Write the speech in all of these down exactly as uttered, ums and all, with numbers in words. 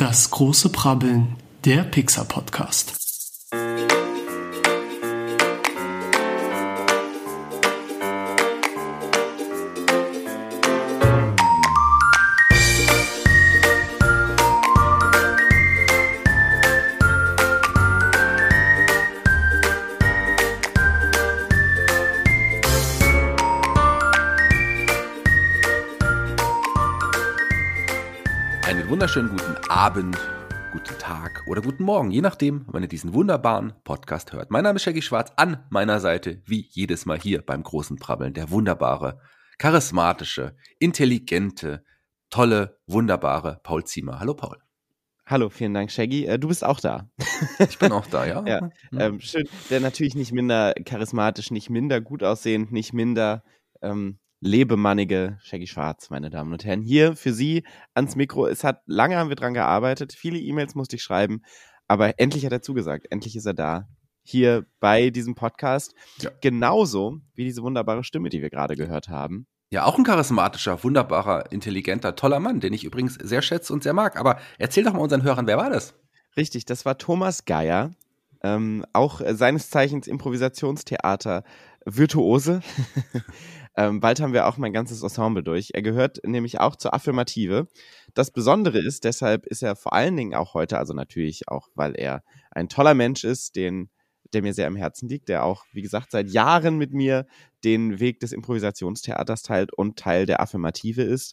Das große Brabbeln, der Pixar-Podcast. Einen wunderschönen guten Abend, guten Tag oder guten Morgen, je nachdem, wann ihr diesen wunderbaren Podcast hört. Mein Name ist Shaggy Schwarz, an meiner Seite, wie jedes Mal hier beim großen Brabbeln, der wunderbare, charismatische, intelligente, tolle, wunderbare Paul Ziemer. Hallo Paul. Hallo, vielen Dank, Shaggy. Äh, du bist auch da. Ich bin auch da, ja. ja Mhm. ähm, schön. Der natürlich nicht minder charismatisch, nicht minder gut aussehend, nicht minder ähm, lebemannige Shaggy Schwarz, meine Damen und Herren. Hier für Sie ans Mikro. Es hat lange haben wir dran gearbeitet. Viele E-Mails musste ich schreiben, aber endlich hat er zugesagt. Endlich ist er da. Hier bei diesem Podcast. Ja. Genauso wie diese wunderbare Stimme, die wir gerade gehört haben. Ja, auch ein charismatischer, wunderbarer, intelligenter, toller Mann, den ich übrigens sehr schätze und sehr mag. Aber erzähl doch mal unseren Hörern, wer war das? Richtig, das war Thomas Geier. Ähm, auch äh, seines Zeichens Improvisationstheater Virtuose. ähm, bald haben wir auch mein ganzes Ensemble durch. Er gehört nämlich auch zur Affirmative. Das Besondere ist, deshalb ist er vor allen Dingen auch heute, also natürlich auch, weil er ein toller Mensch ist, den, der mir sehr am Herzen liegt, der auch, wie gesagt, seit Jahren mit mir den Weg des Improvisationstheaters teilt und Teil der Affirmative ist,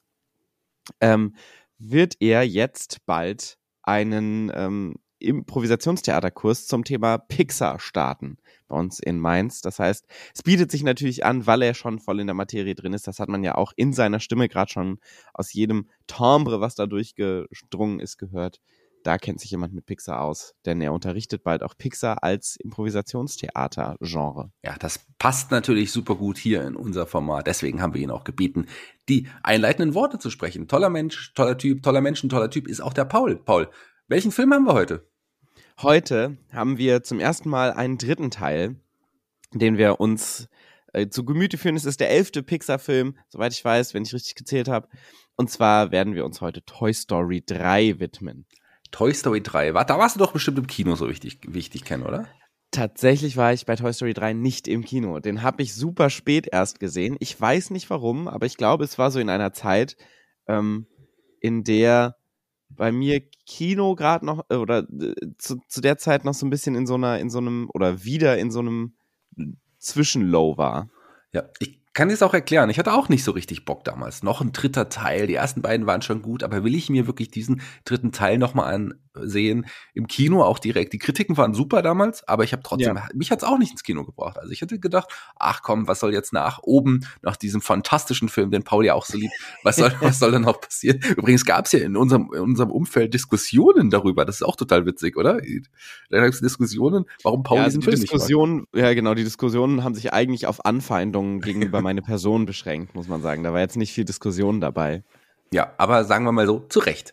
ähm, wird er jetzt bald einen ähm, Improvisationstheaterkurs zum Thema Pixar starten bei uns in Mainz. Das heißt, es bietet sich natürlich an, weil er schon voll in der Materie drin ist. Das hat man ja auch in seiner Stimme gerade schon aus jedem Timbre, was da durchgedrungen ist, gehört. Da kennt sich jemand mit Pixar aus, denn er unterrichtet bald auch Pixar als Improvisationstheater-Genre. Ja, das passt natürlich super gut hier in unser Format. Deswegen haben wir ihn auch gebeten, die einleitenden Worte zu sprechen. Toller Mensch, toller Typ, toller Mensch, ein toller Typ ist auch der Paul. Paul, welchen Film haben wir heute? Heute haben wir zum ersten Mal einen dritten Teil, den wir uns äh, zu Gemüte führen. Es ist der elfte Pixar-Film, soweit ich weiß, wenn ich richtig gezählt habe. Und zwar werden wir uns heute Toy Story drei widmen. Toy Story drei. War, da warst du doch bestimmt im Kino so wichtig, wichtig kennen, oder? Tatsächlich war ich bei Toy Story drei nicht im Kino. Den habe ich super spät erst gesehen. Ich weiß nicht warum, aber ich glaube, es war so in einer Zeit, ähm, in der bei mir Kino gerade noch, äh, oder äh, zu, zu der Zeit noch so ein bisschen in so einer, in so einem, oder wieder in so einem Zwischenlow war. Ja, ich kann es auch erklären. Ich hatte auch nicht so richtig Bock damals. Noch ein dritter Teil. Die ersten beiden waren schon gut, aber will ich mir wirklich diesen dritten Teil nochmal ansehen? Im Kino auch direkt. Die Kritiken waren super damals, aber ich habe trotzdem, ja. mich hat es auch nicht ins Kino gebracht. Also ich hätte gedacht, ach komm, was soll jetzt nach oben, nach diesem fantastischen Film, den Paul ja auch so liebt, was soll, was soll denn noch passieren? Übrigens gab es ja in unserem, in unserem Umfeld Diskussionen darüber. Das ist auch total witzig, oder? Da gab es Diskussionen, warum Paul ja, diesen also die Film Diskussion, nicht mag. Ja, genau, die Diskussionen haben sich eigentlich auf Anfeindungen gegenüber meine Person beschränkt, muss man sagen. Da war jetzt nicht viel Diskussion dabei. Ja, aber sagen wir mal so, zu Recht.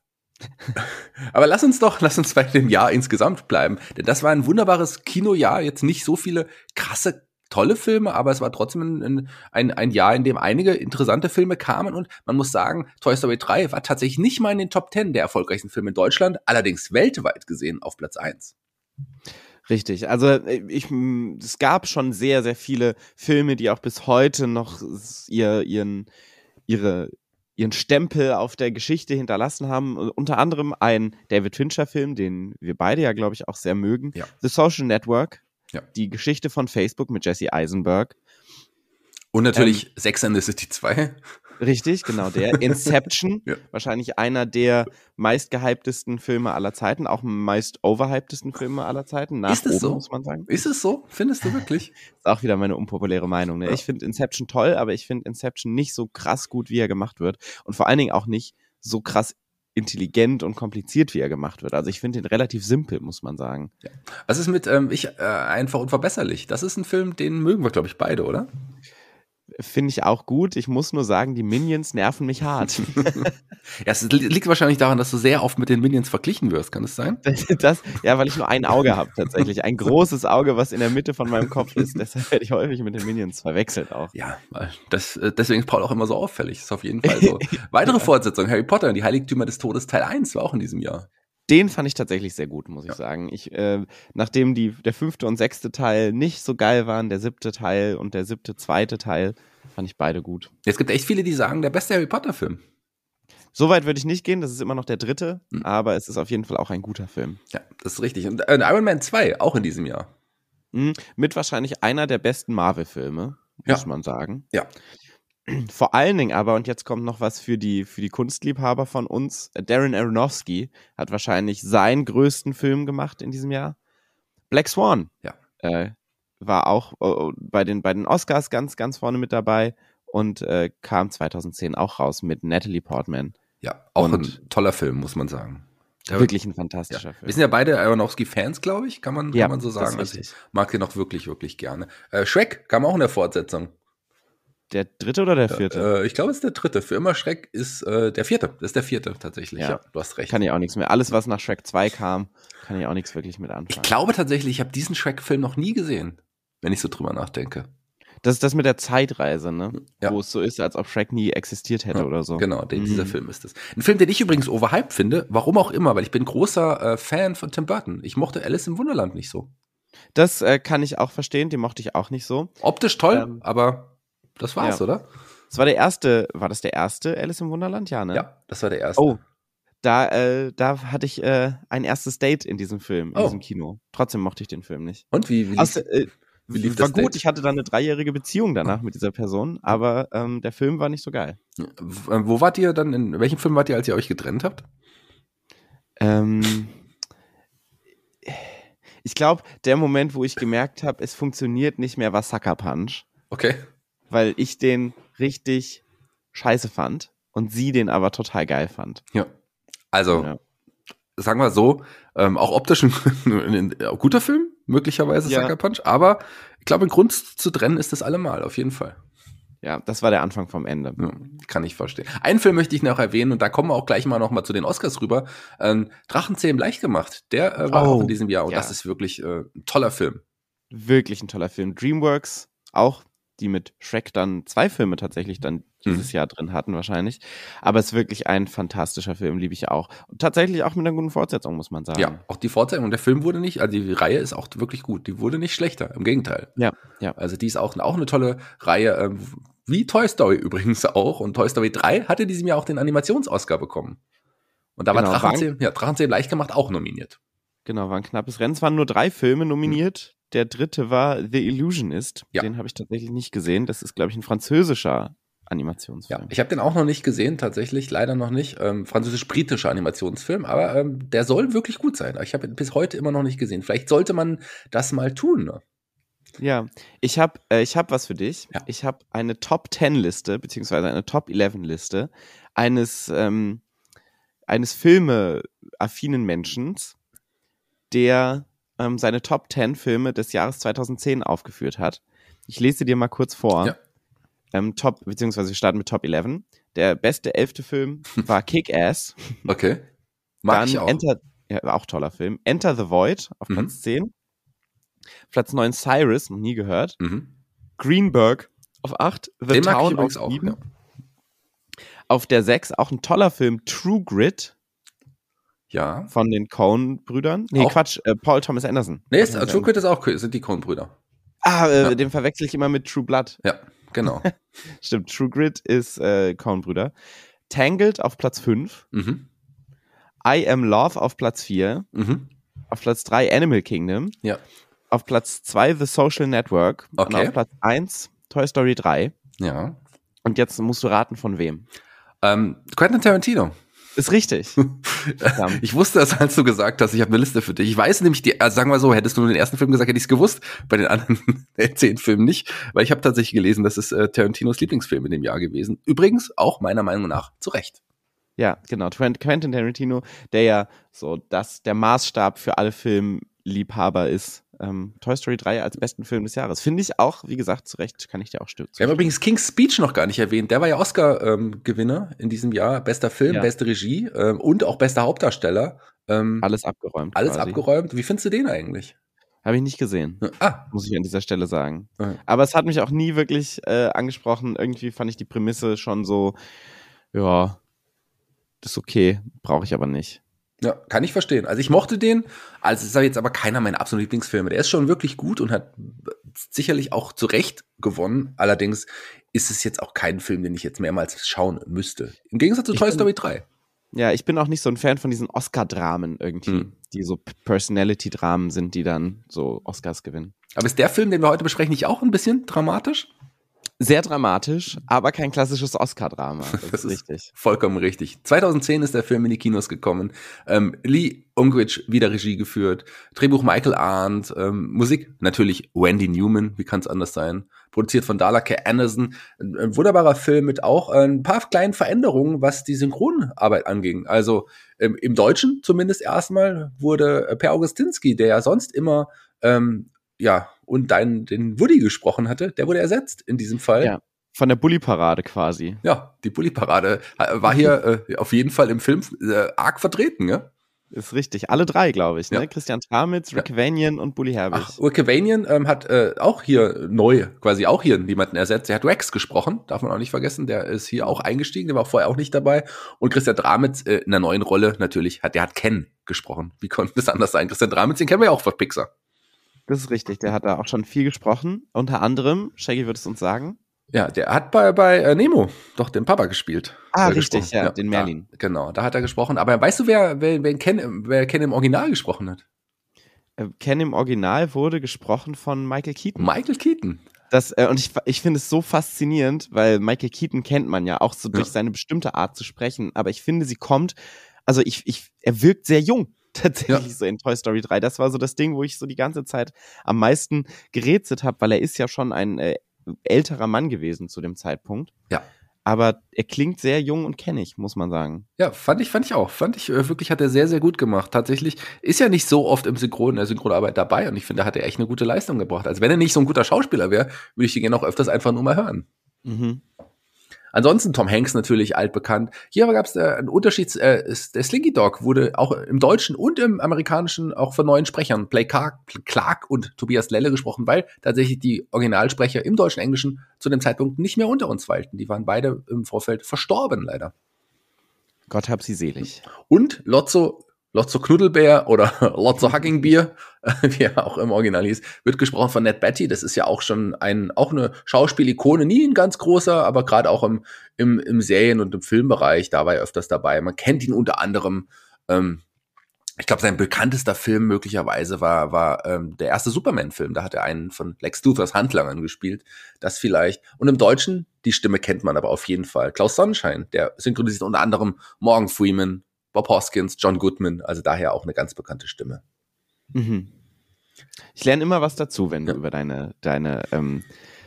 Aber lass uns doch, lass uns bei dem Jahr insgesamt bleiben. Denn das war ein wunderbares Kinojahr. Jetzt nicht so viele krasse, tolle Filme, aber es war trotzdem ein, ein, ein Jahr, in dem einige interessante Filme kamen. Und man muss sagen, Toy Story drei war tatsächlich nicht mal in den Top zehn der erfolgreichsten Filme in Deutschland, allerdings weltweit gesehen auf Platz eins. Richtig, also ich, es gab schon sehr, sehr viele Filme, die auch bis heute noch ihr, ihren, ihre, ihren Stempel auf der Geschichte hinterlassen haben. Unter anderem ein David Fincher-Film, den wir beide ja, glaube ich, auch sehr mögen. Ja. The Social Network, ja. Die Geschichte von Facebook mit Jesse Eisenberg. Und natürlich ähm, Sex and the City zwei. Richtig, genau der. Inception, ja. Wahrscheinlich einer der meistgehyptesten Filme aller Zeiten, auch meist overhyptesten Filme aller Zeiten. Nach ist es oben, so? Muss man sagen. Ist es so? Findest du wirklich? Ist auch wieder meine unpopuläre Meinung. Ne? Ja. Ich finde Inception toll, aber ich finde Inception nicht so krass gut, wie er gemacht wird. Und vor allen Dingen auch nicht so krass intelligent und kompliziert, wie er gemacht wird. Also ich finde ihn relativ simpel, muss man sagen. Ja. Was ist mit ähm, ich äh, einfach unverbesserlich? Das ist ein Film, den mögen wir, glaube ich, beide, oder? finde ich auch gut. Ich muss nur sagen, die Minions nerven mich hart. Ja, es liegt wahrscheinlich daran, dass du sehr oft mit den Minions verglichen wirst. Kann das sein? Das, ja, weil ich nur ein Auge habe tatsächlich. Ein großes Auge, was in der Mitte von meinem Kopf ist. Deshalb werde ich häufig mit den Minions verwechselt auch. Ja, das, deswegen ist Paul auch immer so auffällig. Das ist auf jeden Fall so. Weitere Fortsetzung, Harry Potter und die Heiligtümer des Todes Teil eins war auch in diesem Jahr. Den fand ich tatsächlich sehr gut, muss ich ja. sagen. Ich, äh, nachdem die, der fünfte und sechste Teil nicht so geil waren, der siebte Teil und der siebte zweite Teil, fand ich beide gut. Es gibt echt viele, die sagen, der beste Harry Potter-Film. Soweit würde ich nicht gehen, das ist immer noch der dritte, hm. aber es ist auf jeden Fall auch ein guter Film. Ja, das ist richtig. Und äh, Iron Man zwei, auch in diesem Jahr. Mhm, mit wahrscheinlich einer der besten Marvel-Filme, muss ja. man sagen. Ja. Vor allen Dingen aber, und jetzt kommt noch was für die, für die Kunstliebhaber von uns, Darren Aronofsky hat wahrscheinlich seinen größten Film gemacht in diesem Jahr. Black Swan. Ja. Äh, war auch äh, bei, den, bei den Oscars ganz, ganz vorne mit dabei und äh, kam zweitausendzehn auch raus mit Natalie Portman. Ja, auch und ein toller Film, muss man sagen. Der wirklich ein fantastischer ja. Film. Wir sind ja beide Aronofsky-Fans, glaube ich, kann man, ja, kann man so sagen. Also ich mag den auch wirklich, wirklich gerne. Äh, Shrek kam auch in der Fortsetzung. Der dritte oder der vierte? Ja, äh, ich glaube, es ist der dritte. Für immer Shrek ist äh, der vierte. Das ist der vierte tatsächlich. Ja. ja, du hast recht. Kann ich auch nichts mehr. Alles, was nach Shrek zwei kam, kann ich auch nichts wirklich mit anfangen. Ich glaube tatsächlich, ich habe diesen Shrek-Film noch nie gesehen, wenn ich so drüber nachdenke. Das ist das mit der Zeitreise, ne? Ja. Wo es so ist, als ob Shrek nie existiert hätte ja, oder so. Genau, den, mhm. dieser Film ist es. Ein Film, den ich übrigens overhyped finde, warum auch immer, weil ich bin großer äh, Fan von Tim Burton. Ich mochte Alice im Wunderland nicht so. Das äh, kann ich auch verstehen, den mochte ich auch nicht so. Optisch toll, ähm, aber das war's, ja. oder? Das war der erste, war das der erste Alice im Wunderland? Ja, ne? Ja, das war der erste. Oh, da, äh, da hatte ich äh, ein erstes Date in diesem Film, in oh. diesem Kino. Trotzdem mochte ich den Film nicht. Und wie, wie lief, also, äh, wie lief war das gut, Date? Ich hatte dann eine dreijährige Beziehung danach mit dieser Person, aber ähm, der Film war nicht so geil. Wo wart ihr dann, in welchem Film wart ihr, als ihr euch getrennt habt? Ähm... Ich glaube, der Moment, wo ich gemerkt habe, es funktioniert nicht mehr, war Sucker Punch. Okay. Weil ich den richtig scheiße fand und sie den aber total geil fand. Ja. Also, ja. sagen wir so, ähm, auch optisch ein, ein, ein guter Film, möglicherweise ja. Sucker Punch, aber ich glaube, ein Grund zu trennen ist das allemal, auf jeden Fall. Ja, das war der Anfang vom Ende. Ja, kann ich verstehen. Einen Film möchte ich noch erwähnen und da kommen wir auch gleich mal noch mal zu den Oscars rüber. Ähm, Drachenzähmen leicht gemacht, der äh, war oh, auch in diesem Jahr und ja. das ist wirklich äh, ein toller Film. Wirklich ein toller Film. DreamWorks, auch die mit Shrek dann zwei Filme tatsächlich dann dieses mhm. Jahr drin hatten wahrscheinlich. Aber es ist wirklich ein fantastischer Film, liebe ich auch. Und tatsächlich auch mit einer guten Fortsetzung, muss man sagen. Ja, auch die Fortsetzung. Der Film wurde nicht, also die Reihe ist auch wirklich gut. Die wurde nicht schlechter, im Gegenteil. Ja, ja. Also die ist auch, auch eine tolle Reihe, ähm, wie Toy Story übrigens auch. Und Toy Story drei hatte in diesem Jahr auch den Animations-Oscar bekommen. Und da genau, war Drachenzähmen, ja, Drachenzähmen leicht gemacht auch nominiert. Genau, war ein knappes Rennen. Es waren nur drei Filme nominiert. Mhm. Der dritte war The Illusionist. Ja. Den habe ich tatsächlich nicht gesehen. Das ist, glaube ich, ein französischer Animationsfilm. Ja, ich habe den auch noch nicht gesehen, tatsächlich, leider noch nicht. Ähm, französisch-britischer Animationsfilm, aber ähm, der soll wirklich gut sein. Ich habe ihn bis heute immer noch nicht gesehen. Vielleicht sollte man das mal tun. Ne? Ja, ich habe äh, ich hab was für dich. Ja. Ich habe eine Top zehn Liste, beziehungsweise eine Top elf Liste eines, ähm, eines filmeaffinen Menschen, der ähm, seine Top zehn Filme des Jahres zweitausendzehn aufgeführt hat. Ich lese dir mal kurz vor. Ja. Ähm, Top, beziehungsweise wir starten mit Top elf. Der beste elfte Film war Kick-Ass. Okay. Mag Dann ich auch. Enter, ja, auch toller Film. Enter the Void auf mhm. Platz zehn. Platz neun Cyrus, noch nie gehört. Mhm. Greenberg auf acht. The Den Town mag ich übrigens auf auch. sieben. Ja. Auf der sechs auch ein toller Film, True Grit. Ja. Von den Coen-Brüdern. Nee, auch? Quatsch, äh, Paul Thomas Anderson. Nee, ist, True Grit ist auch, sind die Coen-Brüder. Ah, äh, ja. den verwechsel ich immer mit True Blood. Ja, genau. Stimmt, True Grit ist äh, Coen-Brüder. Tangled auf Platz fünf. Mhm. I Am Love auf Platz vier. Mhm. Auf Platz drei Animal Kingdom. Ja. Auf Platz zwei The Social Network. Okay. Und auf Platz eins Toy Story drei. Ja. Und jetzt musst du raten, von wem. Ähm, Quentin Tarantino. Ist richtig. Ich wusste das, als du gesagt hast, ich habe eine Liste für dich. Ich weiß nämlich, die, also sagen wir so, hättest du nur den ersten Film gesagt, hätte ich es gewusst. Bei den anderen zehn Filmen nicht. Weil ich habe tatsächlich gelesen, das ist äh, Tarantinos Lieblingsfilm in dem Jahr gewesen. Übrigens auch meiner Meinung nach zu Recht. Ja, genau. Quentin Tarantino, der ja so das, der Maßstab für alle Filmliebhaber ist, ähm, Toy Story drei als besten Film des Jahres. Finde ich auch, wie gesagt, zu Recht kann ich dir auch stimmen. Wir haben übrigens King's Speech noch gar nicht erwähnt. Der war ja Oscar-Gewinner ähm, in diesem Jahr. Bester Film, ja. beste Regie ähm, und auch bester Hauptdarsteller. Ähm, alles abgeräumt. Alles quasi. abgeräumt. Wie findest du den eigentlich? Habe ich nicht gesehen, ah. muss ich an dieser Stelle sagen. Ah. Aber es hat mich auch nie wirklich äh, angesprochen. Irgendwie fand ich die Prämisse schon so, ja, das ist okay, brauche ich aber nicht. Ja, kann ich verstehen. Also ich mochte den, also es ist jetzt aber keiner meiner absoluten Lieblingsfilme. Der ist schon wirklich gut und hat sicherlich auch zu Recht gewonnen. Allerdings ist es jetzt auch kein Film, den ich jetzt mehrmals schauen müsste. Im Gegensatz zu ich Toy bin, Story drei. Ja, ich bin auch nicht so ein Fan von diesen Oscar-Dramen irgendwie, hm. die so Personality-Dramen sind, die dann so Oscars gewinnen. Aber ist der Film, den wir heute besprechen, nicht auch ein bisschen dramatisch? Sehr dramatisch, aber kein klassisches Oscar-Drama. Das, das ist richtig. Vollkommen richtig. zweitausendzehn ist der Film in die Kinos gekommen. Ähm, Lee Unkrich wieder Regie geführt. Drehbuch Michael Arndt. Ähm, Musik natürlich Wendy Newman. Wie kann es anders sein? Produziert von Darla K. Anderson. Ein, ein wunderbarer Film mit auch ein paar kleinen Veränderungen, was die Synchronarbeit anging. Also ähm, im Deutschen zumindest erstmal wurde Per Augustinski, der ja sonst immer ähm, ja, und dein, den Woody gesprochen hatte, der wurde ersetzt in diesem Fall. Ja, von der Bulli-Parade quasi. Ja, die Bulli-Parade war hier äh, auf jeden Fall im Film äh, arg vertreten, ja? Ist richtig. Alle drei, glaube ich, ne? Ja. Christian Tramitz, Rick ja. Vanian und Bully Herbig. Ach, Rick Vanian ähm, hat äh, auch hier neu, quasi auch hier jemanden ersetzt. Der hat Rex gesprochen, darf man auch nicht vergessen. Der ist hier auch eingestiegen, der war vorher auch nicht dabei. Und Christian Tramitz äh, in einer neuen Rolle natürlich, hat der hat Ken gesprochen. Wie konnte das anders sein? Christian Tramitz, den kennen wir ja auch von Pixar. Das ist richtig, der hat da auch schon viel gesprochen. Unter anderem, Shaggy wird es uns sagen. Ja, der hat bei, bei äh, Nemo doch den Papa gespielt. Ah, richtig, ja, ja, den Merlin. Da, genau, da hat er gesprochen. Aber weißt du, wer, wer, wer, Ken, wer Ken im Original gesprochen hat? Äh, Ken im Original wurde gesprochen von Michael Keaton. Michael Keaton. Das, äh, und ich, ich finde es so faszinierend, weil Michael Keaton kennt man ja auch so durch ja. seine bestimmte Art zu sprechen. Aber ich finde, sie kommt, also ich, ich, er wirkt sehr jung. Tatsächlich ja. so in Toy Story drei. Das war so das Ding, wo ich so die ganze Zeit am meisten gerätselt habe, weil er ist ja schon ein äh, älterer Mann gewesen zu dem Zeitpunkt. Ja. Aber er klingt sehr jung und kennig, muss man sagen. Ja, fand ich, fand ich auch. Fand ich äh, wirklich, hat er sehr, sehr gut gemacht. Tatsächlich ist ja nicht so oft im Synchron, in der Synchronarbeit dabei und ich finde, da hat er echt eine gute Leistung gebracht. Also wenn er nicht so ein guter Schauspieler wäre, würde ich ihn gerne auch öfters einfach nur mal hören. Mhm. Ansonsten Tom Hanks natürlich altbekannt. Hier aber gab es äh, einen Unterschied. Äh, der Slinky Dog wurde auch im Deutschen und im Amerikanischen auch von neuen Sprechern, Blake Clark, Clark und Tobias Lelle gesprochen, weil tatsächlich die Originalsprecher im Deutschen Englischen zu dem Zeitpunkt nicht mehr unter uns weilten. Die waren beide im Vorfeld verstorben, leider. Gott hab sie selig. Und Lotso, Lotso Knuddelbär oder Lotso Huggingbeer, wie er auch im Original hieß, wird gesprochen von Ned Beatty. Das ist ja auch schon ein, auch eine Schauspielikone, nie ein ganz großer, aber gerade auch im, im, im Serien- und im Filmbereich, da war er öfters dabei. Man kennt ihn unter anderem, ähm, ich glaube, sein bekanntester Film möglicherweise war, war ähm, der erste Superman-Film. Da hat er einen von Lex Luthors Handlangern gespielt. Das vielleicht. Und im Deutschen, die Stimme kennt man aber auf jeden Fall. Klaus Sonnenschein, der synchronisiert unter anderem Morgan Freeman, Bob Hoskins, John Goodman, also daher auch eine ganz bekannte Stimme. Mhm. Ich lerne immer was dazu, wenn du ja. über deine, deine ähm,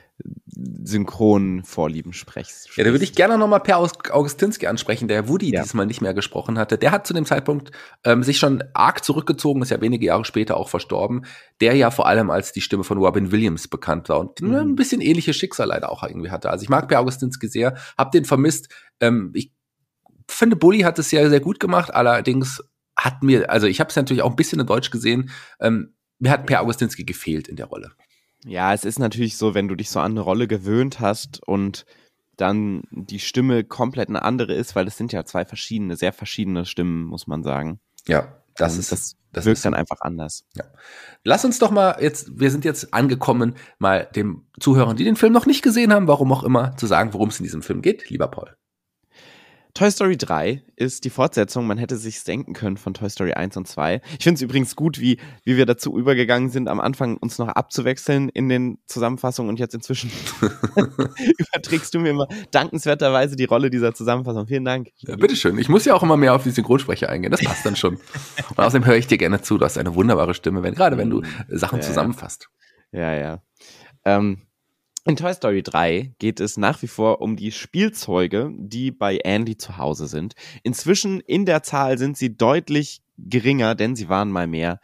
synchronen Vorlieben sprichst. Ja, da würde ich gerne nochmal Per Augustinski ansprechen, der Woody ja. diesmal nicht mehr gesprochen hatte. Der hat zu dem Zeitpunkt ähm, sich schon arg zurückgezogen, ist ja wenige Jahre später auch verstorben, der ja vor allem als die Stimme von Robin Williams bekannt war und mhm. ein bisschen ähnliches Schicksal leider auch irgendwie hatte. Also ich mag Per Augustinski sehr, hab den vermisst. Ähm, ich finde, Bully hat es ja sehr gut gemacht, allerdings hat mir, also ich habe es natürlich auch ein bisschen in Deutsch gesehen, ähm, mir hat Per Augustinski gefehlt in der Rolle. Ja, es ist natürlich so, wenn du dich so an eine Rolle gewöhnt hast und dann die Stimme komplett eine andere ist, weil es sind ja zwei verschiedene, sehr verschiedene Stimmen, muss man sagen. Ja, das und ist das, das wirkt ist dann einfach anders. Ja. Lass uns doch mal jetzt, wir sind jetzt angekommen, mal den Zuhörern, die den Film noch nicht gesehen haben, warum auch immer, zu sagen, worum es in diesem Film geht. Lieber Paul. Toy Story drei ist die Fortsetzung, man hätte sich's denken können, von Toy Story eins und zwei. Ich finde es übrigens gut, wie, wie wir dazu übergegangen sind, am Anfang uns noch abzuwechseln in den Zusammenfassungen und jetzt inzwischen überträgst du mir immer dankenswerterweise die Rolle dieser Zusammenfassung. Vielen Dank. Ja, bitteschön. Ich muss ja auch immer mehr auf die Synchronsprecher eingehen, das passt dann schon. Und außerdem höre ich dir gerne zu, du hast eine wunderbare Stimme, wenn, gerade wenn du Sachen ja, zusammenfasst. Ja, ja. Ähm, In Toy Story drei geht es nach wie vor um die Spielzeuge, die bei Andy zu Hause sind. Inzwischen in der Zahl sind sie deutlich geringer, denn sie waren mal mehr.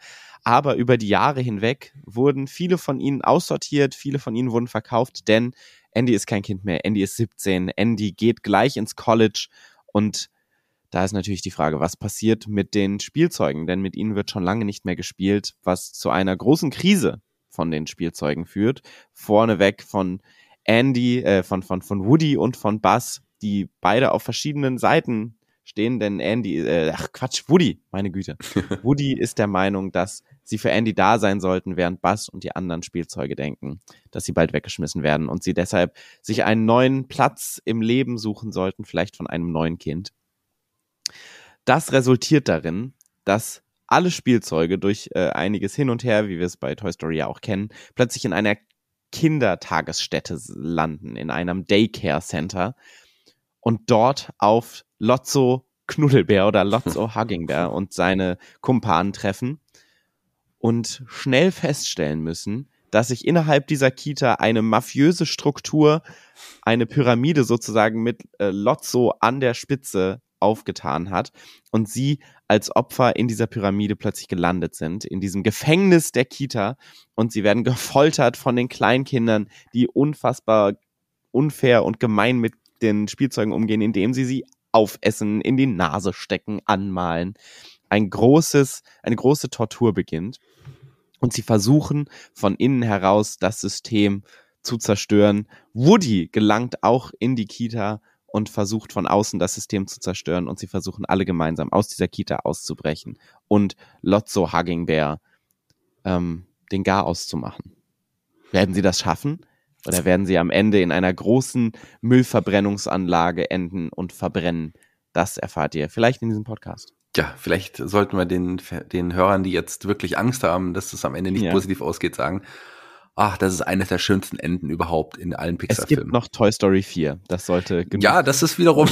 aber über die Jahre hinweg wurden viele von ihnen aussortiert, viele von ihnen wurden verkauft, denn Andy ist kein Kind mehr, Andy ist siebzehn, Andy geht gleich ins College und da ist natürlich die Frage, was passiert mit den Spielzeugen, denn mit ihnen wird schon lange nicht mehr gespielt, was zu einer großen Krise von den Spielzeugen führt, vorneweg von Andy, äh, von, von, von Woody und von Buzz, die beide auf verschiedenen Seiten stehen, denn Andy, äh, ach Quatsch, Woody, meine Güte. Woody ist der Meinung, dass sie für Andy da sein sollten, während Buzz und die anderen Spielzeuge denken, dass sie bald weggeschmissen werden und sie deshalb sich einen neuen Platz im Leben suchen sollten, vielleicht von einem neuen Kind. Das resultiert darin, dass alle Spielzeuge durch äh, einiges hin und her, wie wir es bei Toy Story ja auch kennen, plötzlich in einer Kindertagesstätte landen, in einem Daycare Center und dort auf Lotso Knuddelbär oder Lotso Huggingbear und seine Kumpanen treffen und schnell feststellen müssen, dass sich innerhalb dieser Kita eine mafiöse Struktur, eine Pyramide sozusagen mit äh, Lotso an der Spitze aufgetan hat und sie als Opfer in dieser Pyramide plötzlich gelandet sind, in diesem Gefängnis der Kita und sie werden gefoltert von den Kleinkindern, die unfassbar unfair und gemein mit den Spielzeugen umgehen, indem sie sie aufessen, in die Nase stecken, anmalen. Ein großes, eine große Tortur beginnt und sie versuchen von innen heraus das System zu zerstören. Woody gelangt auch in die Kita und versucht von außen das System zu zerstören und sie versuchen alle gemeinsam aus dieser Kita auszubrechen und Lotso Huggingbear ähm, den Garaus zu machen. Werden sie das schaffen? Oder werden sie am Ende in einer großen Müllverbrennungsanlage enden und verbrennen? Das erfahrt ihr vielleicht in diesem Podcast. Ja, vielleicht sollten wir den, den Hörern, die jetzt wirklich Angst haben, dass es am Ende nicht Ja. positiv ausgeht, sagen, ach, das ist eines der schönsten Enden überhaupt in allen Es Pixar-Filmen. gibt noch Toy Story vier. Das sollte genug. Ja, das ist wiederum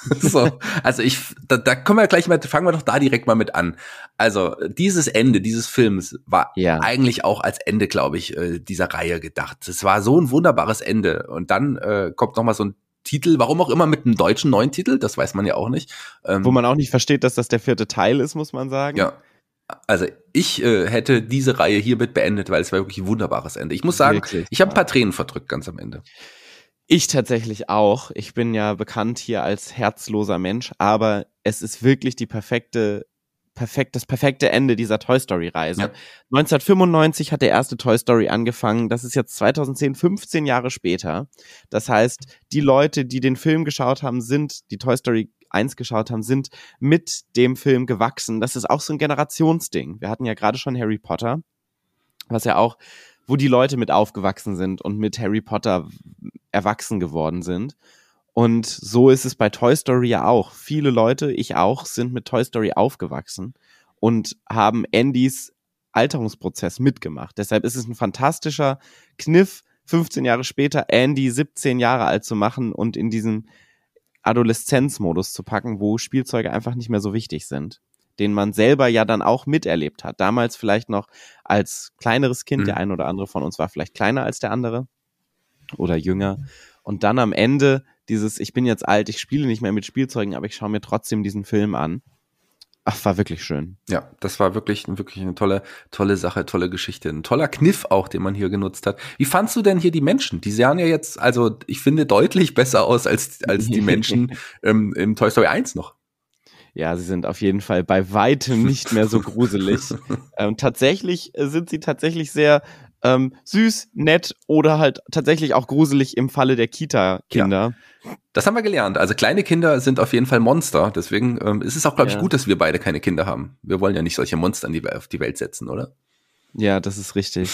so. Also ich, da, da können wir gleich mal, fangen wir doch da direkt mal mit an. Also dieses Ende dieses Films war Ja. eigentlich auch als Ende, glaube ich, äh, dieser Reihe gedacht. Es war so ein wunderbares Ende. Und dann äh, kommt noch mal so ein Titel, warum auch immer mit einem deutschen neuen Titel, das weiß man ja auch nicht. Ähm, Wo man auch nicht versteht, dass das der vierte Teil ist, muss man sagen. Ja. Also ich äh, hätte diese Reihe hiermit beendet, weil es war wirklich ein wunderbares Ende. Ich muss sagen, Wirklich, ich habe ein ja. paar Tränen verdrückt ganz am Ende. Ich tatsächlich auch. Ich bin ja bekannt hier als herzloser Mensch, aber es ist wirklich die perfekte, perfekt, das perfekte Ende dieser Toy Story Reise. Ja. neunzehnhundertfünfundneunzig hat der erste Toy Story angefangen. Das ist jetzt zweitausendzehn, fünfzehn Jahre später. Das heißt, die Leute, die den Film geschaut haben, sind, die Toy Story eins geschaut haben, sind mit dem Film gewachsen. Das ist auch so ein Generationsding. Wir hatten ja gerade schon Harry Potter, was ja auch, wo die Leute mit aufgewachsen sind und mit Harry Potter erwachsen geworden sind. Und so ist es bei Toy Story ja auch. Viele Leute, ich auch, sind mit Toy Story aufgewachsen und haben Andys Alterungsprozess mitgemacht. Deshalb ist es ein fantastischer Kniff, fünfzehn Jahre später Andy siebzehn Jahre alt zu machen und in diesen Adoleszenzmodus zu packen, wo Spielzeuge einfach nicht mehr so wichtig sind, den man selber ja dann auch miterlebt hat. Damals vielleicht noch als kleineres Kind, Mhm. der ein oder andere von uns war vielleicht kleiner als der andere oder jünger. Und dann am Ende dieses, ich bin jetzt alt, ich spiele nicht mehr mit Spielzeugen, aber ich schaue mir trotzdem diesen Film an. Ach, war wirklich schön. Ja, das war wirklich, wirklich eine tolle, tolle Sache, tolle Geschichte. Ein toller Kniff auch, den man hier genutzt hat. Wie fandst du denn hier die Menschen? Die sahen ja jetzt, also ich finde, deutlich besser aus als, als die Menschen ähm, im Toy Story eins noch. Ja, sie sind auf jeden Fall bei weitem nicht mehr so gruselig. ähm, tatsächlich äh, sind sie tatsächlich sehr ähm, süß, nett oder halt tatsächlich auch gruselig im Falle der Kita-Kinder. Ja. Das haben wir gelernt. Also kleine Kinder sind auf jeden Fall Monster. Deswegen ähm, ist es auch, glaube ich, Ja. gut, dass wir beide keine Kinder haben. Wir wollen ja nicht solche Monster in die, auf die Welt setzen, oder? Ja, das ist richtig.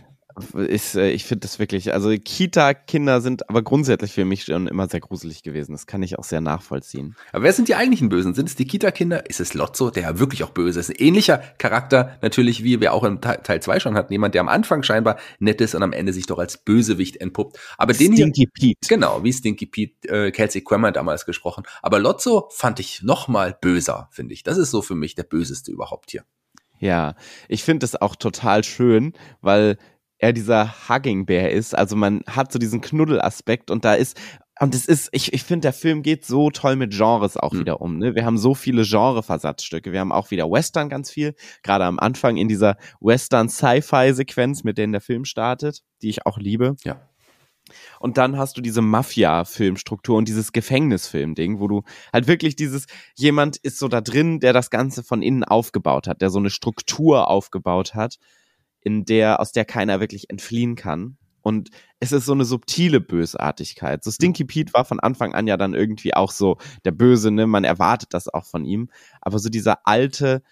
Ich, äh, ich finde das wirklich, also Kita-Kinder sind aber grundsätzlich für mich schon immer sehr gruselig gewesen. Das kann ich auch sehr nachvollziehen. Aber wer sind die eigentlichen Bösen? Sind es die Kita-Kinder? Ist es Lotso, der ja wirklich auch böse ist? Ein ähnlicher Charakter natürlich, wie wir auch im Teil zwei schon hatten. Jemand, der am Anfang scheinbar nett ist und am Ende sich doch als Bösewicht entpuppt. Aber den hier, Stinky Pete. genau, wie Stinky Pete, äh, Kelsey Grammer damals gesprochen. Aber Lotso fand ich noch mal böser, finde ich. Das ist so für mich der Böseste überhaupt hier. Ja, ich finde das auch total schön, weil er dieser Huggingbear ist. Also man hat so diesen Knuddelaspekt und da ist Und es ist, ich, ich finde, der Film geht so toll mit Genres auch mhm. wieder um. Ne? Wir haben so viele Genre-Versatzstücke. Wir haben auch wieder Western ganz viel, gerade am Anfang in dieser Western-Sci-Fi-Sequenz, mit der der Film startet, die ich auch liebe. Ja. Und dann hast du diese Mafia-Filmstruktur und dieses Gefängnisfilm-Ding, wo du halt wirklich dieses, jemand ist so da drin, der das Ganze von innen aufgebaut hat, der so eine Struktur aufgebaut hat, in der, aus der keiner wirklich entfliehen kann. Und es ist so eine subtile Bösartigkeit. So Stinky Pete war von Anfang an ja dann irgendwie auch so der Böse, ne? Man erwartet das auch von ihm. Aber so dieser alte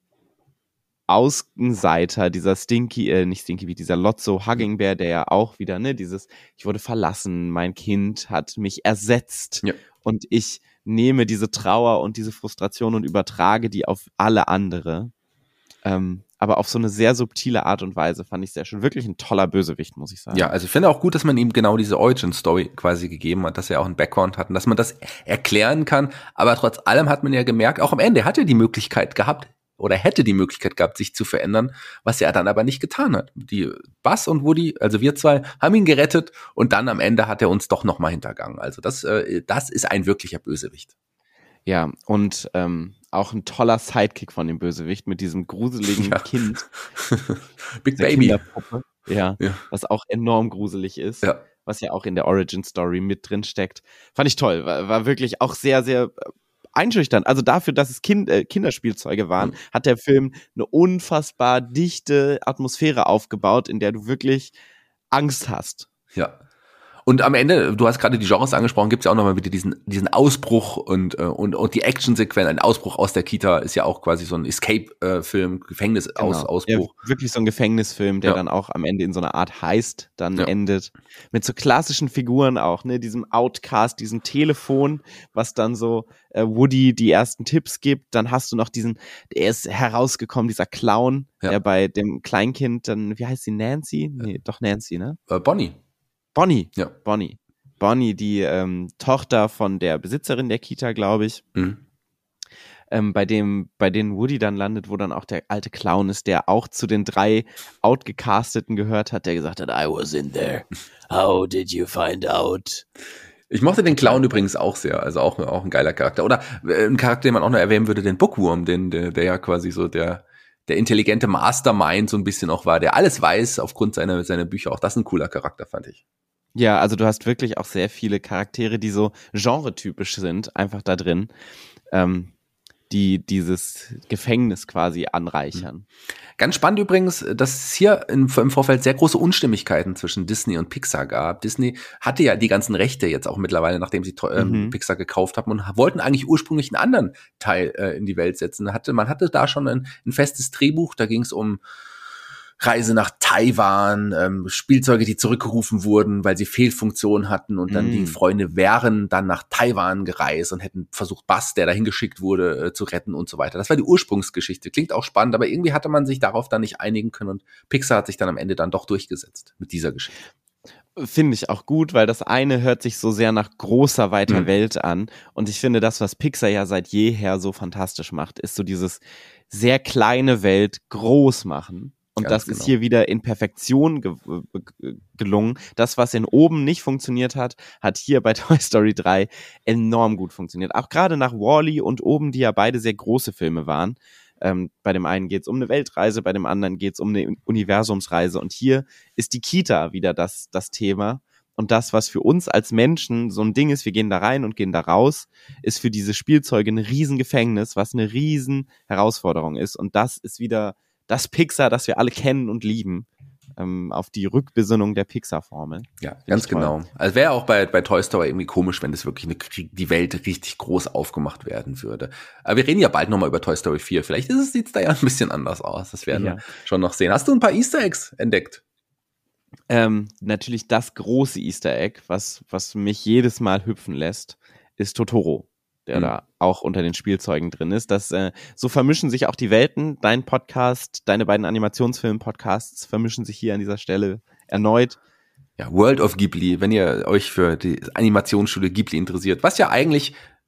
Außenseiter, dieser Stinky, äh, nicht Stinky Pete, dieser Lotso Huggingbear, der ja auch wieder, ne, dieses, ich wurde verlassen, mein Kind hat mich ersetzt ja. und ich nehme diese Trauer und diese Frustration und übertrage die auf alle andere. Ähm, aber auf so eine sehr subtile Art und Weise fand ich sehr schön. Wirklich ein toller Bösewicht, muss ich sagen. Ja, also ich finde auch gut, dass man ihm genau diese Origin-Story quasi gegeben hat, dass er auch einen Background hat und dass man das erklären kann. Aber trotz allem hat man ja gemerkt, auch am Ende hat er die Möglichkeit gehabt oder hätte die Möglichkeit gehabt, sich zu verändern, was er dann aber nicht getan hat. Die Buzz und Woody, also wir zwei, haben ihn gerettet und dann am Ende hat er uns doch nochmal hintergangen. Also das, äh, das ist ein wirklicher Bösewicht. Ja, und ähm, auch ein toller Sidekick von dem Bösewicht mit diesem gruseligen ja. Kind. Big Baby. Kinderpuppe, ja, ja, was auch enorm gruselig ist, ja. was ja auch in der Origin-Story mit drin steckt. Fand ich toll, war, war wirklich auch sehr, sehr einschüchternd. Also dafür, dass es kind, äh, Kinderspielzeuge waren, mhm. hat der Film eine unfassbar dichte Atmosphäre aufgebaut, in der du wirklich Angst hast. Ja. Und am Ende, du hast gerade die Genres angesprochen, gibt es ja auch nochmal wieder diesen diesen Ausbruch und und und die Actionsequenz, ein Ausbruch aus der Kita ist ja auch quasi so ein Escape-Film, Gefängnisausbruch. Genau. Ja, wirklich so ein Gefängnisfilm, der ja. dann auch am Ende in so einer Art Heist dann ja. endet. Mit so klassischen Figuren auch, ne, diesem Outcast, diesem Telefon, was dann so äh, Woody die ersten Tipps gibt. Dann hast du noch diesen, der ist herausgekommen, dieser Clown, ja. der bei dem Kleinkind dann, wie heißt sie, Nancy? Nee, ja. doch Nancy, ne? Äh, Bonnie. Bonnie, ja. Bonnie. Bonnie, die ähm, Tochter von der Besitzerin der Kita, glaube ich. Mhm. Ähm, bei dem, bei denen Woody dann landet, wo dann auch der alte Clown ist, der auch zu den drei Outgecasteten gehört hat, der gesagt hat, I was in there. How did you find out? Ich mochte den Clown übrigens auch sehr, also auch, auch ein geiler Charakter. Oder äh, ein Charakter, den man auch noch erwähnen würde, den Bookworm, den, der, der ja quasi so der der intelligente Mastermind so ein bisschen auch war, der alles weiß aufgrund seiner, seiner Bücher. Auch das ein cooler Charakter, fand ich. Ja, also du hast wirklich auch sehr viele Charaktere, die so genretypisch sind, einfach da drin, ähm, die dieses Gefängnis quasi anreichern. Ganz spannend übrigens, dass es hier im, im Vorfeld sehr große Unstimmigkeiten zwischen Disney und Pixar gab. Disney hatte ja die ganzen Rechte jetzt auch mittlerweile, nachdem sie ähm, mhm. Pixar gekauft haben und wollten eigentlich ursprünglich einen anderen Teil äh, in die Welt setzen. Hatte, man hatte da schon ein, ein festes Drehbuch, da ging es um Reise nach Taiwan, ähm, Spielzeuge, die zurückgerufen wurden, weil sie Fehlfunktionen hatten und dann mm. die Freunde wären dann nach Taiwan gereist und hätten versucht, Buzz, der dahin geschickt wurde, äh, zu retten und so weiter. Das war die Ursprungsgeschichte. Klingt auch spannend, aber irgendwie hatte man sich darauf dann nicht einigen können und Pixar hat sich dann am Ende dann doch durchgesetzt mit dieser Geschichte. Finde ich auch gut, weil das eine hört sich so sehr nach großer, weiter mhm. Welt an und ich finde, das, was Pixar ja seit jeher so fantastisch macht, ist so dieses sehr kleine Welt groß machen. Und Ganz das genau. ist hier wieder in Perfektion ge- ge- gelungen. Das, was in oben nicht funktioniert hat, hat hier bei Toy Story drei enorm gut funktioniert. Auch gerade nach Wall-E und oben, die ja beide sehr große Filme waren. Ähm, bei dem einen geht es um eine Weltreise, bei dem anderen geht es um eine Universumsreise. Und hier ist die Kita wieder das, das Thema. Und das, was für uns als Menschen so ein Ding ist, wir gehen da rein und gehen da raus, ist für diese Spielzeuge ein Riesengefängnis, was eine riesen Herausforderung ist. Und das ist wieder das Pixar, das wir alle kennen und lieben, ähm, auf die Rückbesinnung der Pixar-Formel. Ja, ganz genau. Also wäre auch bei, bei Toy Story irgendwie komisch, wenn das wirklich eine, die Welt richtig groß aufgemacht werden würde. Aber wir reden ja bald nochmal über Toy Story vier. Vielleicht sieht es da ja ein bisschen anders aus. Das werden ja. wir schon noch sehen. Hast du ein paar Easter Eggs entdeckt? Ähm, natürlich das große Easter Egg, was, was mich jedes Mal hüpfen lässt, ist Totoro, der mhm. da auch unter den Spielzeugen drin ist. Das, äh, so vermischen sich auch die Welten. Dein Podcast, deine beiden Animationsfilm-Podcasts vermischen sich hier an dieser Stelle erneut. Ja, World of Ghibli, wenn ihr euch für die Animationsschule Ghibli interessiert, was ja eigentlich